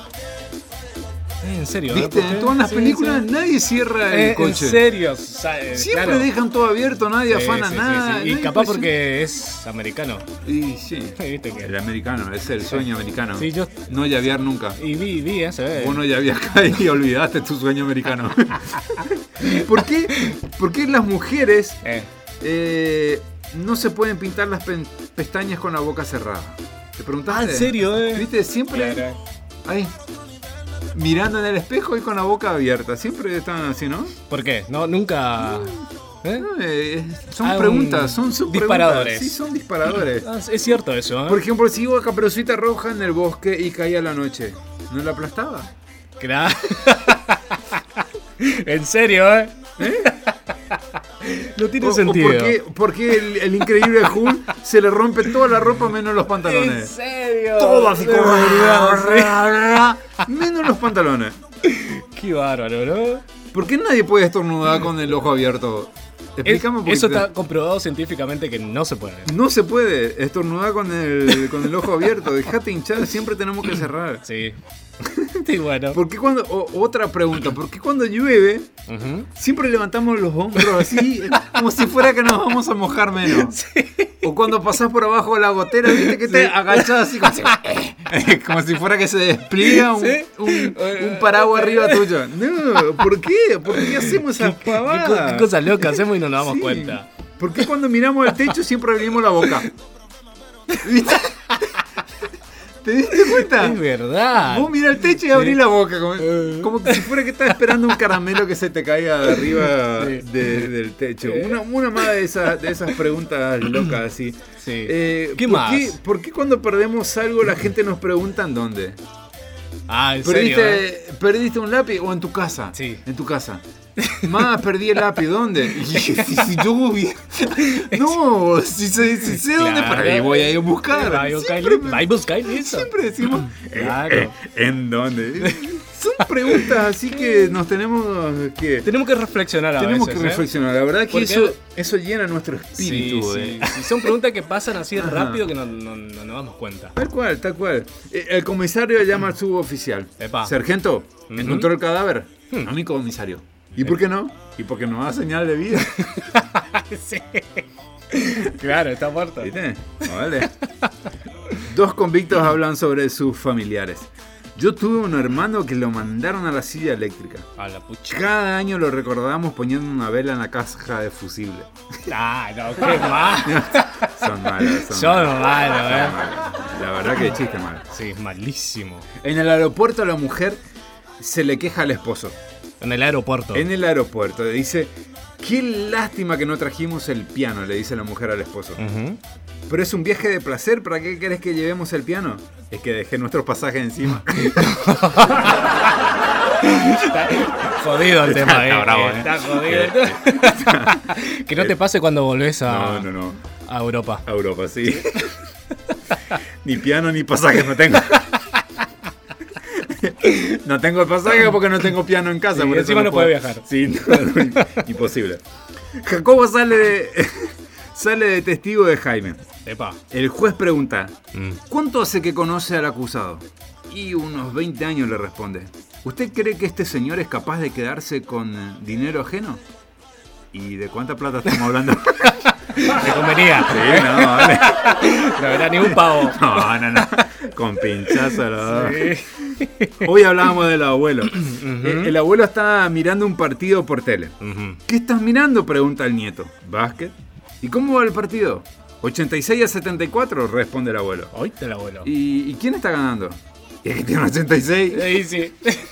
S1: ¿En serio?
S2: ¿Viste? En todas las sí, películas sí. nadie cierra el
S1: eh,
S2: coche.
S1: ¿En serio? O sea, eh,
S2: Siempre
S1: claro.
S2: dejan todo abierto, nadie sí, afana
S1: sí,
S2: nada.
S1: Sí, sí. Y capaz presión. Porque es americano.
S2: Y sí,
S1: ¿Viste que?
S2: El americano, es el sueño americano.
S1: Sí, yo...
S2: No llavear nunca.
S1: Y vi, vi, ¿eh? Se ve.
S2: Vos no llaveás acá y olvidaste tu sueño americano. ¿Por qué, ¿Por qué las mujeres eh. Eh, no se pueden pintar las pe- pestañas con la boca cerrada? ¿Te preguntaste?
S1: Ah, ¿en serio? Eh?
S2: ¿Viste? Siempre... Claro. Ahí... Mirando en el espejo y con la boca abierta. Siempre están así, ¿no?
S1: ¿Por qué? No, nunca...
S2: ¿Eh? No, eh, son ah, preguntas, son
S1: disparadores.
S2: Sí, son disparadores.
S1: Ah, es cierto eso, ¿eh?
S2: Por ejemplo, si iba a Caperucita Roja en el bosque y caía la noche, ¿no la aplastaba?
S1: Claro. ¿En serio, eh? ¿Eh? No tiene
S2: o,
S1: sentido.
S2: O ¿Por qué, por qué el, el increíble Hulk se le rompe toda la ropa menos los pantalones?
S1: ¿En serio?
S2: Todo así como... menos los pantalones.
S1: Qué bárbaro, ¿no?
S2: ¿Por qué nadie puede estornudar con el ojo abierto? Explícame un
S1: Eso está comprobado científicamente que no se puede.
S2: No se puede estornudar con el, con el ojo abierto. Dejate hinchar, siempre tenemos que cerrar.
S1: Sí. Sí, bueno.
S2: ¿Por qué cuando, o, otra pregunta, ¿por qué cuando llueve uh-huh. siempre levantamos los hombros así como si fuera que nos vamos a mojar menos? Sí. O cuando pasás por abajo de la gotera, viste que te sí. agachás así como si, como si fuera que se despliega un, ¿sí? un, un paraguas arriba tuyo. No, ¿por qué? ¿Por qué hacemos esas pavadas?
S1: ¿Qué, qué cosa loca hacemos y no nos damos
S2: sí.
S1: cuenta?
S2: ¿Por qué cuando miramos el techo siempre abrimos la boca? ¿Viste? ¿Te diste cuenta?
S1: Es verdad.
S2: Vos mirás el techo y abrís sí. la boca, como, como que si fuera que estás esperando un caramelo que se te caiga de arriba sí. de, del techo. Una, una más de esas, de esas preguntas locas así.
S1: Sí.
S2: Eh,
S1: ¿Qué
S2: ¿por
S1: más?
S2: Qué, ¿Por qué cuando perdemos algo la gente nos pregunta en dónde?
S1: Ah, ¿en
S2: ¿Perdiste,
S1: serio? Eh?
S2: ¿Perdiste un lápiz o en tu casa?
S1: Sí.
S2: En tu casa. Más, perdí el lápiz, ¿dónde? Y si, si yo hubiera... No, si, si, si sé claro. dónde, para ahí voy a ir a buscar.
S1: Ahí a buscar eso.
S2: Siempre decimos,
S1: claro.
S2: eh, eh, ¿en dónde? Son preguntas así que nos tenemos que...
S1: Tenemos que reflexionar a
S2: Tenemos
S1: veces,
S2: que reflexionar. ¿eh? La verdad es que eso,
S1: Porque...
S2: eso llena nuestro espíritu.
S1: Sí,
S2: eh.
S1: sí, sí. Son preguntas que pasan así Ajá. rápido que no, no, no nos damos cuenta.
S2: Tal cual, tal cual. El comisario llama al suboficial.
S1: Epa.
S2: Sargento, uh-huh. ¿encontró el cadáver?
S1: Hmm.
S2: A mi comisario. ¿Y por qué no? Y porque no da señal de vida.
S1: Sí. Claro, está muerto.
S2: ¿Viste? No, vale. Dos convictos hablan sobre sus familiares. Yo tuve un hermano que lo mandaron a la silla eléctrica.
S1: A la pucha.
S2: Cada año lo recordamos poniendo una vela en la caja de fusible.
S1: Ah, no, qué mal.
S2: Son malos, son,
S1: son
S2: malos.
S1: malos,
S2: son
S1: eh.
S2: malos. La verdad que el chiste es malo.
S1: Sí, es malísimo.
S2: En el aeropuerto la mujer se le queja al esposo.
S1: En el aeropuerto.
S2: En el aeropuerto. Dice, qué lástima que no trajimos el piano, le dice la mujer al esposo. Uh-huh. Pero es un viaje de placer, ¿para qué querés que llevemos el piano? Es que dejé nuestros pasajes encima.
S1: Está jodido el tema,
S2: está,
S1: eh.
S2: Está bravo, eh.
S1: Está jodido. Que no te pase cuando volvés a,
S2: no, no, no.
S1: a Europa.
S2: A Europa, sí. Ni piano ni pasajes no tengo. No tengo el pasaje porque no tengo piano en casa.
S1: Sí,
S2: por
S1: encima
S2: eso
S1: no puede viajar.
S2: Sí, no, no, imposible. Jacobo sale de, sale de testigo de Jaime.
S1: Epa.
S2: El juez pregunta,
S1: Mm.
S2: ¿cuánto hace que conoce al acusado? Y unos veinte años le responde. ¿Usted cree que este señor es capaz de quedarse con eh, dinero ajeno? ¿Y de cuánta plata estamos hablando?
S1: Me convenía.
S2: Sí, no, vale.
S1: No era ni un pavo.
S2: No, no, no. Con pinchazo, no.
S1: Sí.
S2: Hoy hablábamos del abuelo. Uh-huh. El abuelo está mirando un partido por tele.
S1: Uh-huh.
S2: ¿Qué estás mirando?, pregunta el nieto. ¿Básquet? ¿Y cómo va el partido? ochenta y seis a setenta y cuatro, responde el abuelo.
S1: Hoy te el abuelo.
S2: ¿Y, ¿Y quién está ganando? ¿Es que tiene ochenta y seis?
S1: Sí, sí.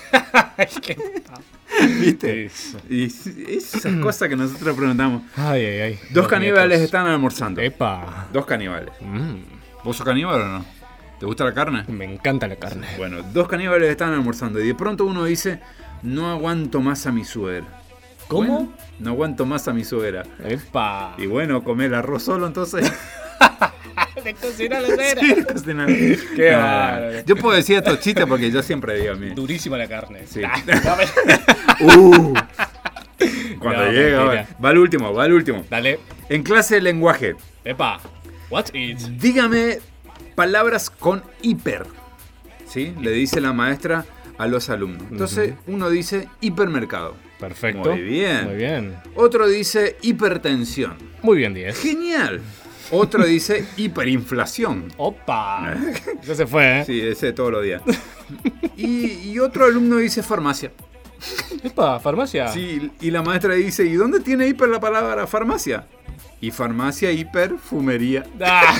S2: ¿Viste? Eso. Y esas cosas que nosotros preguntamos.
S1: Ay, ay, ay.
S2: Dos caníbales están almorzando.
S1: Epa.
S2: Dos caníbales.
S1: Mm.
S2: ¿Vos sos caníbal o no? ¿Te gusta la carne?
S1: Me encanta la carne.
S2: Bueno, dos caníbales están almorzando y de pronto uno dice, no aguanto más a mi suegra.
S1: ¿Cómo?
S2: Bueno, no aguanto más a mi suegra.
S1: Epa.
S2: Y bueno, comer el arroz solo entonces.
S1: De cocinar la suegra.
S2: Sí, cocinar.
S1: Qué
S2: No,
S1: bárbaro.
S2: Yo puedo decir estos chistes porque yo siempre digo a mí.
S1: Durísima la carne.
S2: Sí.
S1: Ah,
S2: uh, cuando
S1: no,
S2: llega, va, va al último, va al último.
S1: Dale.
S2: En clase de lenguaje.
S1: Epa. What is?
S2: Dígame palabras con hiper. ¿Sí? Le dice la maestra a los alumnos. Entonces, uh-huh. uno dice hipermercado.
S1: Perfecto.
S2: Muy bien.
S1: Muy bien.
S2: Otro dice hipertensión.
S1: Muy bien, diez.
S2: Genial. Otro dice hiperinflación.
S1: ¡Opa! Ese se fue, ¿eh?
S2: Sí, ese todos los días. Y, y otro alumno dice farmacia.
S1: ¿Epa? ¿Farmacia?
S2: Sí, y la maestra dice, ¿y dónde tiene hiper la palabra farmacia? Y farmacia, hiper, fumería.
S1: Ah.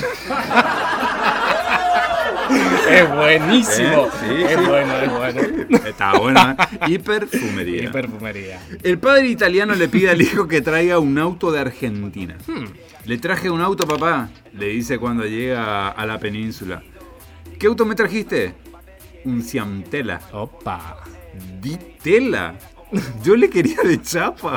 S1: Es buenísimo.
S2: ¿Eh? Sí,
S1: es
S2: sí.
S1: bueno, es bueno.
S2: Está bueno, ¿eh? Hiperfumería.
S1: Hiperfumería.
S2: El padre italiano le pide al hijo que traiga un auto de Argentina.
S1: Hmm.
S2: Le traje un auto, papá, le dice cuando llega a la península. ¿Qué auto me trajiste? Un Ciantela.
S1: Opa.
S2: Di tela. Yo le quería de chapa.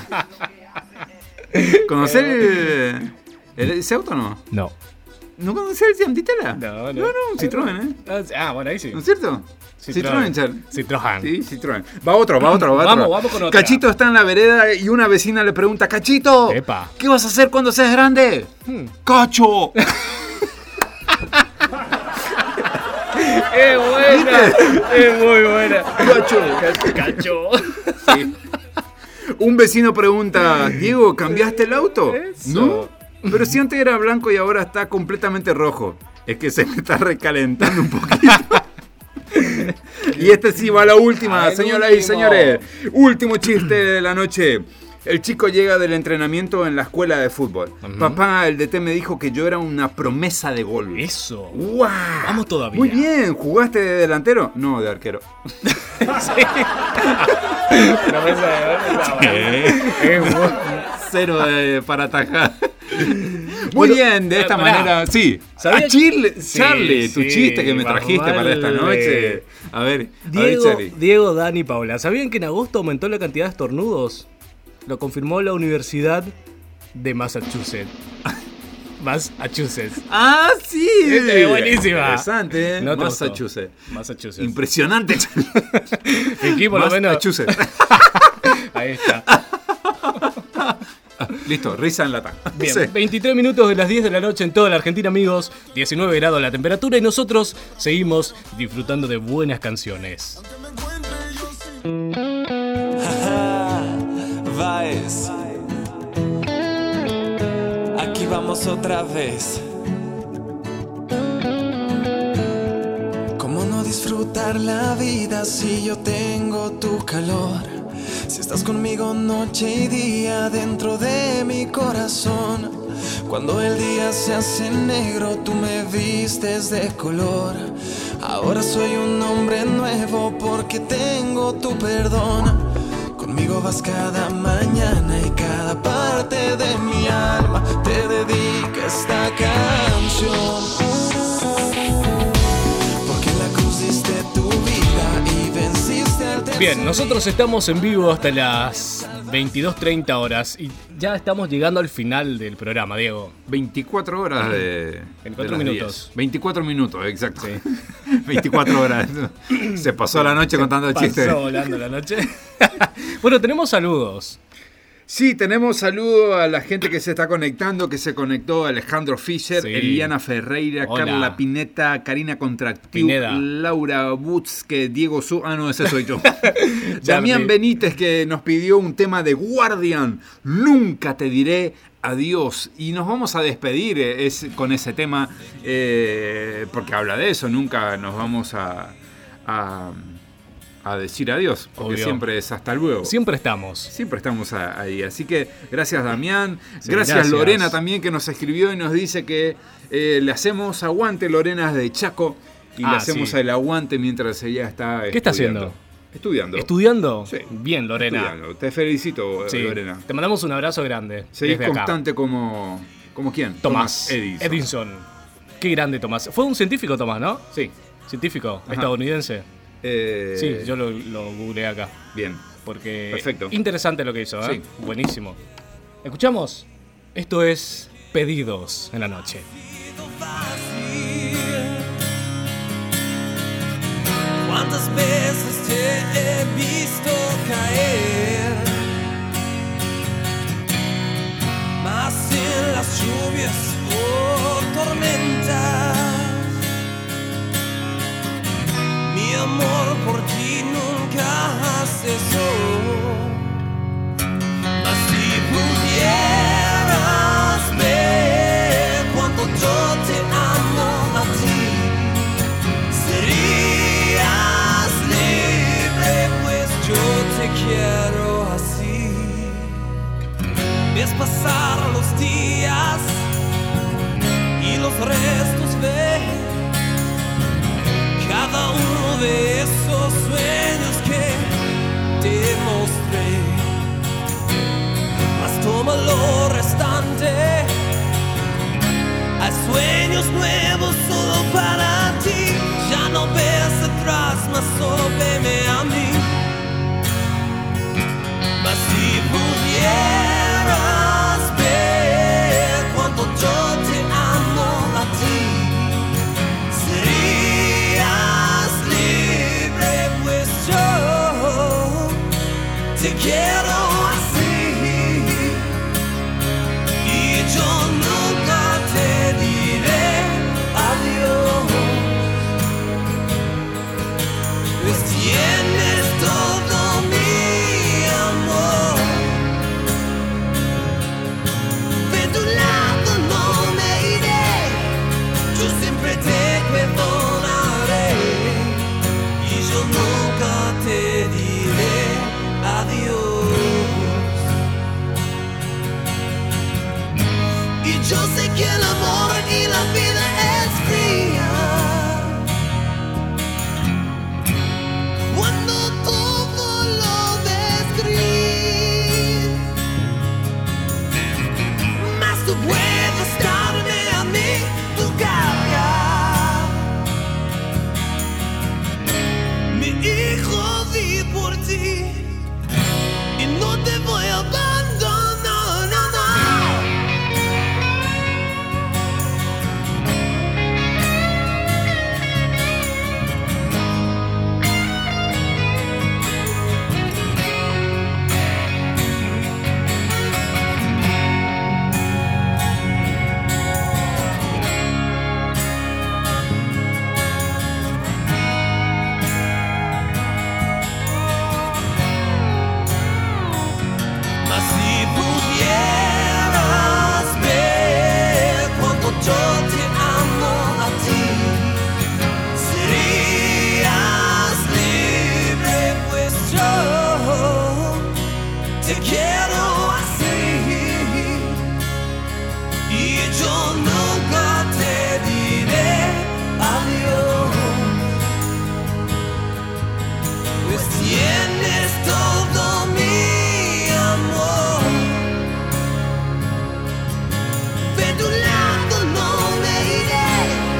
S2: ¿Conocer el, el, ese auto o no?
S1: No.
S2: ¿No conoces el Ciantela?
S1: No, no.
S2: No, no, un Citroën, ¿eh?
S1: Ah, bueno, ahí sí.
S2: ¿No es cierto? Citroën, Charlie.
S1: Citroën.
S2: Sí, Citroën. Va otro, va otro, va
S1: vamos,
S2: otro.
S1: Vamos con otra.
S2: Cachito está en la vereda y una vecina le pregunta, Cachito,
S1: Epa.
S2: ¿qué vas a hacer cuando seas grande? Hmm. ¡Cacho!
S1: ¡Es buena! ¡Es muy buena!
S2: ¡Cacho!
S1: ¡Cacho!
S2: Sí. Un vecino pregunta, Diego, ¿cambiaste el auto?
S1: Eso.
S2: No, pero si antes era blanco y ahora está completamente rojo. Es que se me está recalentando un poquito. Y este sí va a la última,
S1: Ay,
S2: señoras
S1: último.
S2: y señores. Último chiste de la noche. El chico llega del entrenamiento en la escuela de fútbol. Uh-huh. Papá, el D T me dijo que yo era una promesa de gol.
S1: Eso.
S2: ¡Wow!
S1: Vamos todavía.
S2: Muy bien. ¿Jugaste de delantero? No, de arquero.
S1: Sí. Promesa de gol.
S2: Cero de, para atajar. Muy bueno, bien, de esta pará. manera, sí. A Chile, sí, Charlie, tu sí, chiste que me trajiste vale. para esta noche. A ver,
S1: Diego,
S2: a ver,
S1: Diego, Dani, Paula, ¿sabían que en agosto aumentó la cantidad de estornudos? Lo confirmó la Universidad de Massachusetts. Massachusetts.
S2: Ah, sí.
S1: Es buenísima.
S2: Interesante.
S1: No
S2: Massachusetts.
S1: Massachusetts.
S2: Impresionante.
S1: Aquí por lo menos.
S2: Massachusetts.
S1: Ahí está.
S2: Listo, risa en lata.
S1: Bien, sí. veintitrés minutos de las diez de la noche en toda la Argentina, amigos. diecinueve grados la temperatura y nosotros seguimos disfrutando de buenas canciones.
S9: Vaes. Aquí vamos otra vez. ¿Cómo no disfrutar la vida si yo tengo tu calor? Si estás conmigo noche y día dentro de mi corazón. Cuando el día se hace negro tú me vistes de color. Ahora soy un hombre nuevo porque tengo tu perdón. Conmigo vas cada mañana y cada parte de mi alma te dedica esta canción. Porque en la cruz diste tu vida y venciste al temor.
S1: Bien, nosotros estamos en vivo hasta las veintidós treinta horas y ya estamos llegando al final del programa, Diego.
S2: veinticuatro horas de...
S1: veinticuatro minutos.
S2: diez. veinticuatro minutos, exacto. Sí. veinticuatro horas. Se pasó la noche
S1: Se
S2: contando chistes.
S1: Pasó volando la noche. Bueno, tenemos saludos.
S2: Sí, tenemos saludo a la gente que se está conectando, que se conectó: Alejandro Fischer, sí. Eliana Ferreira, Hola. Carla Pineta, Karina Contractiu, Pineda. Laura Butz, que Diego Su... Ah, no, ese soy yo. Damián Benítez, que nos pidió un tema de Guardian, Nunca te diré adiós. Y nos vamos a despedir es, con ese tema, eh, porque habla de eso, nunca nos vamos a... a a decir adiós, porque Obvio. siempre es hasta luego.
S1: Siempre estamos.
S2: Siempre estamos ahí. Así que gracias, Damián. Sí, gracias, gracias, Lorena, también, que nos escribió y nos dice que eh, le hacemos aguante. Lorena es de Chaco y ah, le hacemos sí. el aguante mientras ella está
S1: ¿Qué estudiando. está haciendo?
S2: Estudiando.
S1: ¿Estudiando?
S2: Sí.
S1: Bien, Lorena.
S2: Estudiando. Te felicito, sí. Lorena.
S1: Te mandamos un abrazo grande.
S2: Seguís constante acá. como... ¿Como quién?
S1: Tomás,
S2: Tomás Edison.
S1: Edison. Qué grande, Tomás. Fue un científico, Tomás, ¿no?
S2: Sí.
S1: Científico, Ajá. estadounidense.
S2: Eh...
S1: Sí, yo lo, lo googleé acá.
S2: Bien.
S1: Porque
S2: Perfecto.
S1: Interesante lo que hizo, ¿eh?
S2: Sí.
S1: Buenísimo. ¿Escuchamos? Esto es Pedidos en la Noche.
S9: ¿Cuántas veces te he visto caer? Más en las lluvias o tormentas. Mi amor por ti nunca cesó. Mas si pudieras ver cuánto yo te amo a ti, serías libre, pues yo te quiero así. Ves pasar los días y los restos ves cada uno de esos sueños que te mostré. Mas toma lo restante, hay sueños nuevos solo para ti. Ya no ves atrás, mas solo veme a mí. Mas si pudieras ver cuánto yo te amo a ti, te quiero así y yo nunca te diré adiós, pues tienes todo mi amor. De tu lado no me iré, yo siempre te perdonaré y yo nunca te diré adiós. Y yo sé que el amor y la vida es fría cuando todo lo ves gris. Mas tú puedes darme a mí tu carga. Mi hijo, vi por ti y no te voy a abandonar, no, no.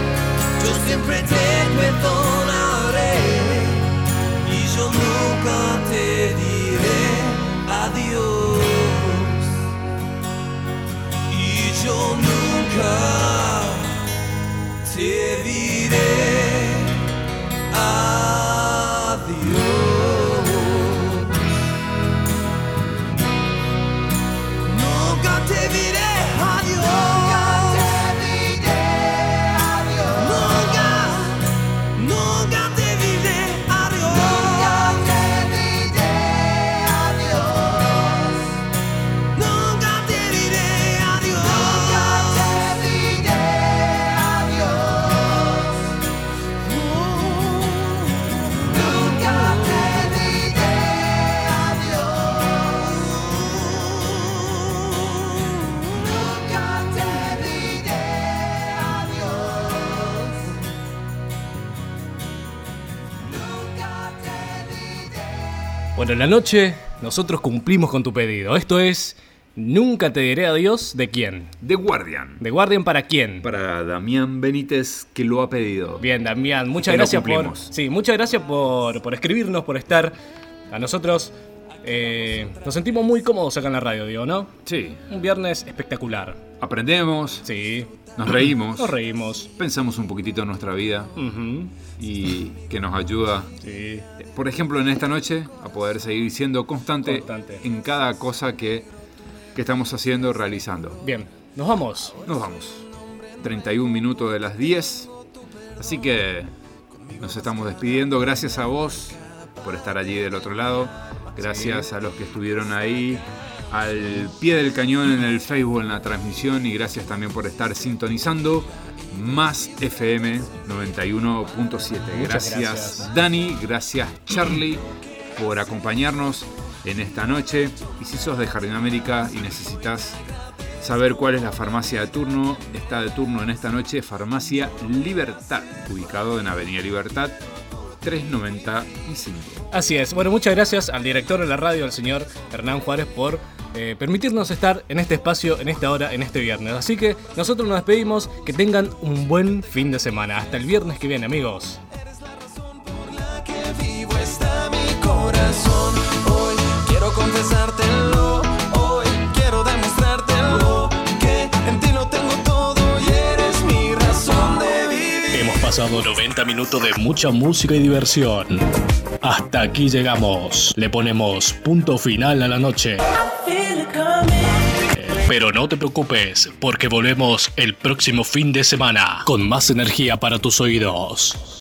S9: Siempre te perdonaré y yo nunca
S1: Bueno, en la noche nosotros cumplimos con tu pedido. Esto es Nunca te diré adiós, ¿de quién?
S2: The Guardian.
S1: ¿The Guardian para quién?
S2: Para Damián Benítez, que lo ha pedido.
S1: Bien, Damián, muchas
S2: Que lo
S1: gracias por.
S2: cumplimos.
S1: Sí, muchas gracias por, por escribirnos, por estar. A nosotros eh, nos sentimos muy cómodos acá en la radio, digo, ¿no?
S2: Sí.
S1: Un viernes espectacular.
S2: Aprendemos.
S1: Sí.
S2: Nos reímos.
S1: Nos reímos.
S2: Pensamos un poquitito en nuestra vida.
S1: Ujú.
S2: Y que nos ayuda,
S1: Sí.
S2: por ejemplo, en esta noche, a poder seguir siendo constante,
S1: Constante.
S2: en cada cosa que, que estamos haciendo, realizando.
S1: Bien, nos vamos.
S2: Nos vamos. treinta y un minutos de las diez. Así que nos estamos despidiendo. Gracias a vos por estar allí del otro lado. Gracias
S1: Sí.
S2: a los que estuvieron ahí al pie del cañón en el Facebook, en la transmisión. Y gracias también por estar sintonizando Más F M noventa y uno punto siete.
S1: Muchas
S2: Gracias,
S1: gracias.
S2: Dani. Gracias, Charlie, por acompañarnos en esta noche. Y si sos de Jardín América y necesitas saber cuál es la farmacia de turno, está de turno en esta noche Farmacia Libertad, ubicado en Avenida Libertad trescientos noventa y cinco.
S1: Así es. Bueno, muchas gracias al director de la radio, al señor Hernán Juárez, por eh, permitirnos estar en este espacio, en esta hora, en este viernes. Así que nosotros nos despedimos. Que tengan un buen fin de semana. Hasta el viernes que viene, amigos.
S4: Vivo está mi corazón. Hoy quiero confesártelo. Hoy quiero demostrártelo. Que en ti lo tengo todo y eres mi razón de vivir.
S1: Hemos pasado noventa minutos de mucha música y diversión. Hasta aquí llegamos. Le ponemos punto final a la noche. Pero no te preocupes, porque volvemos el próximo fin de semana con más energía para tus oídos.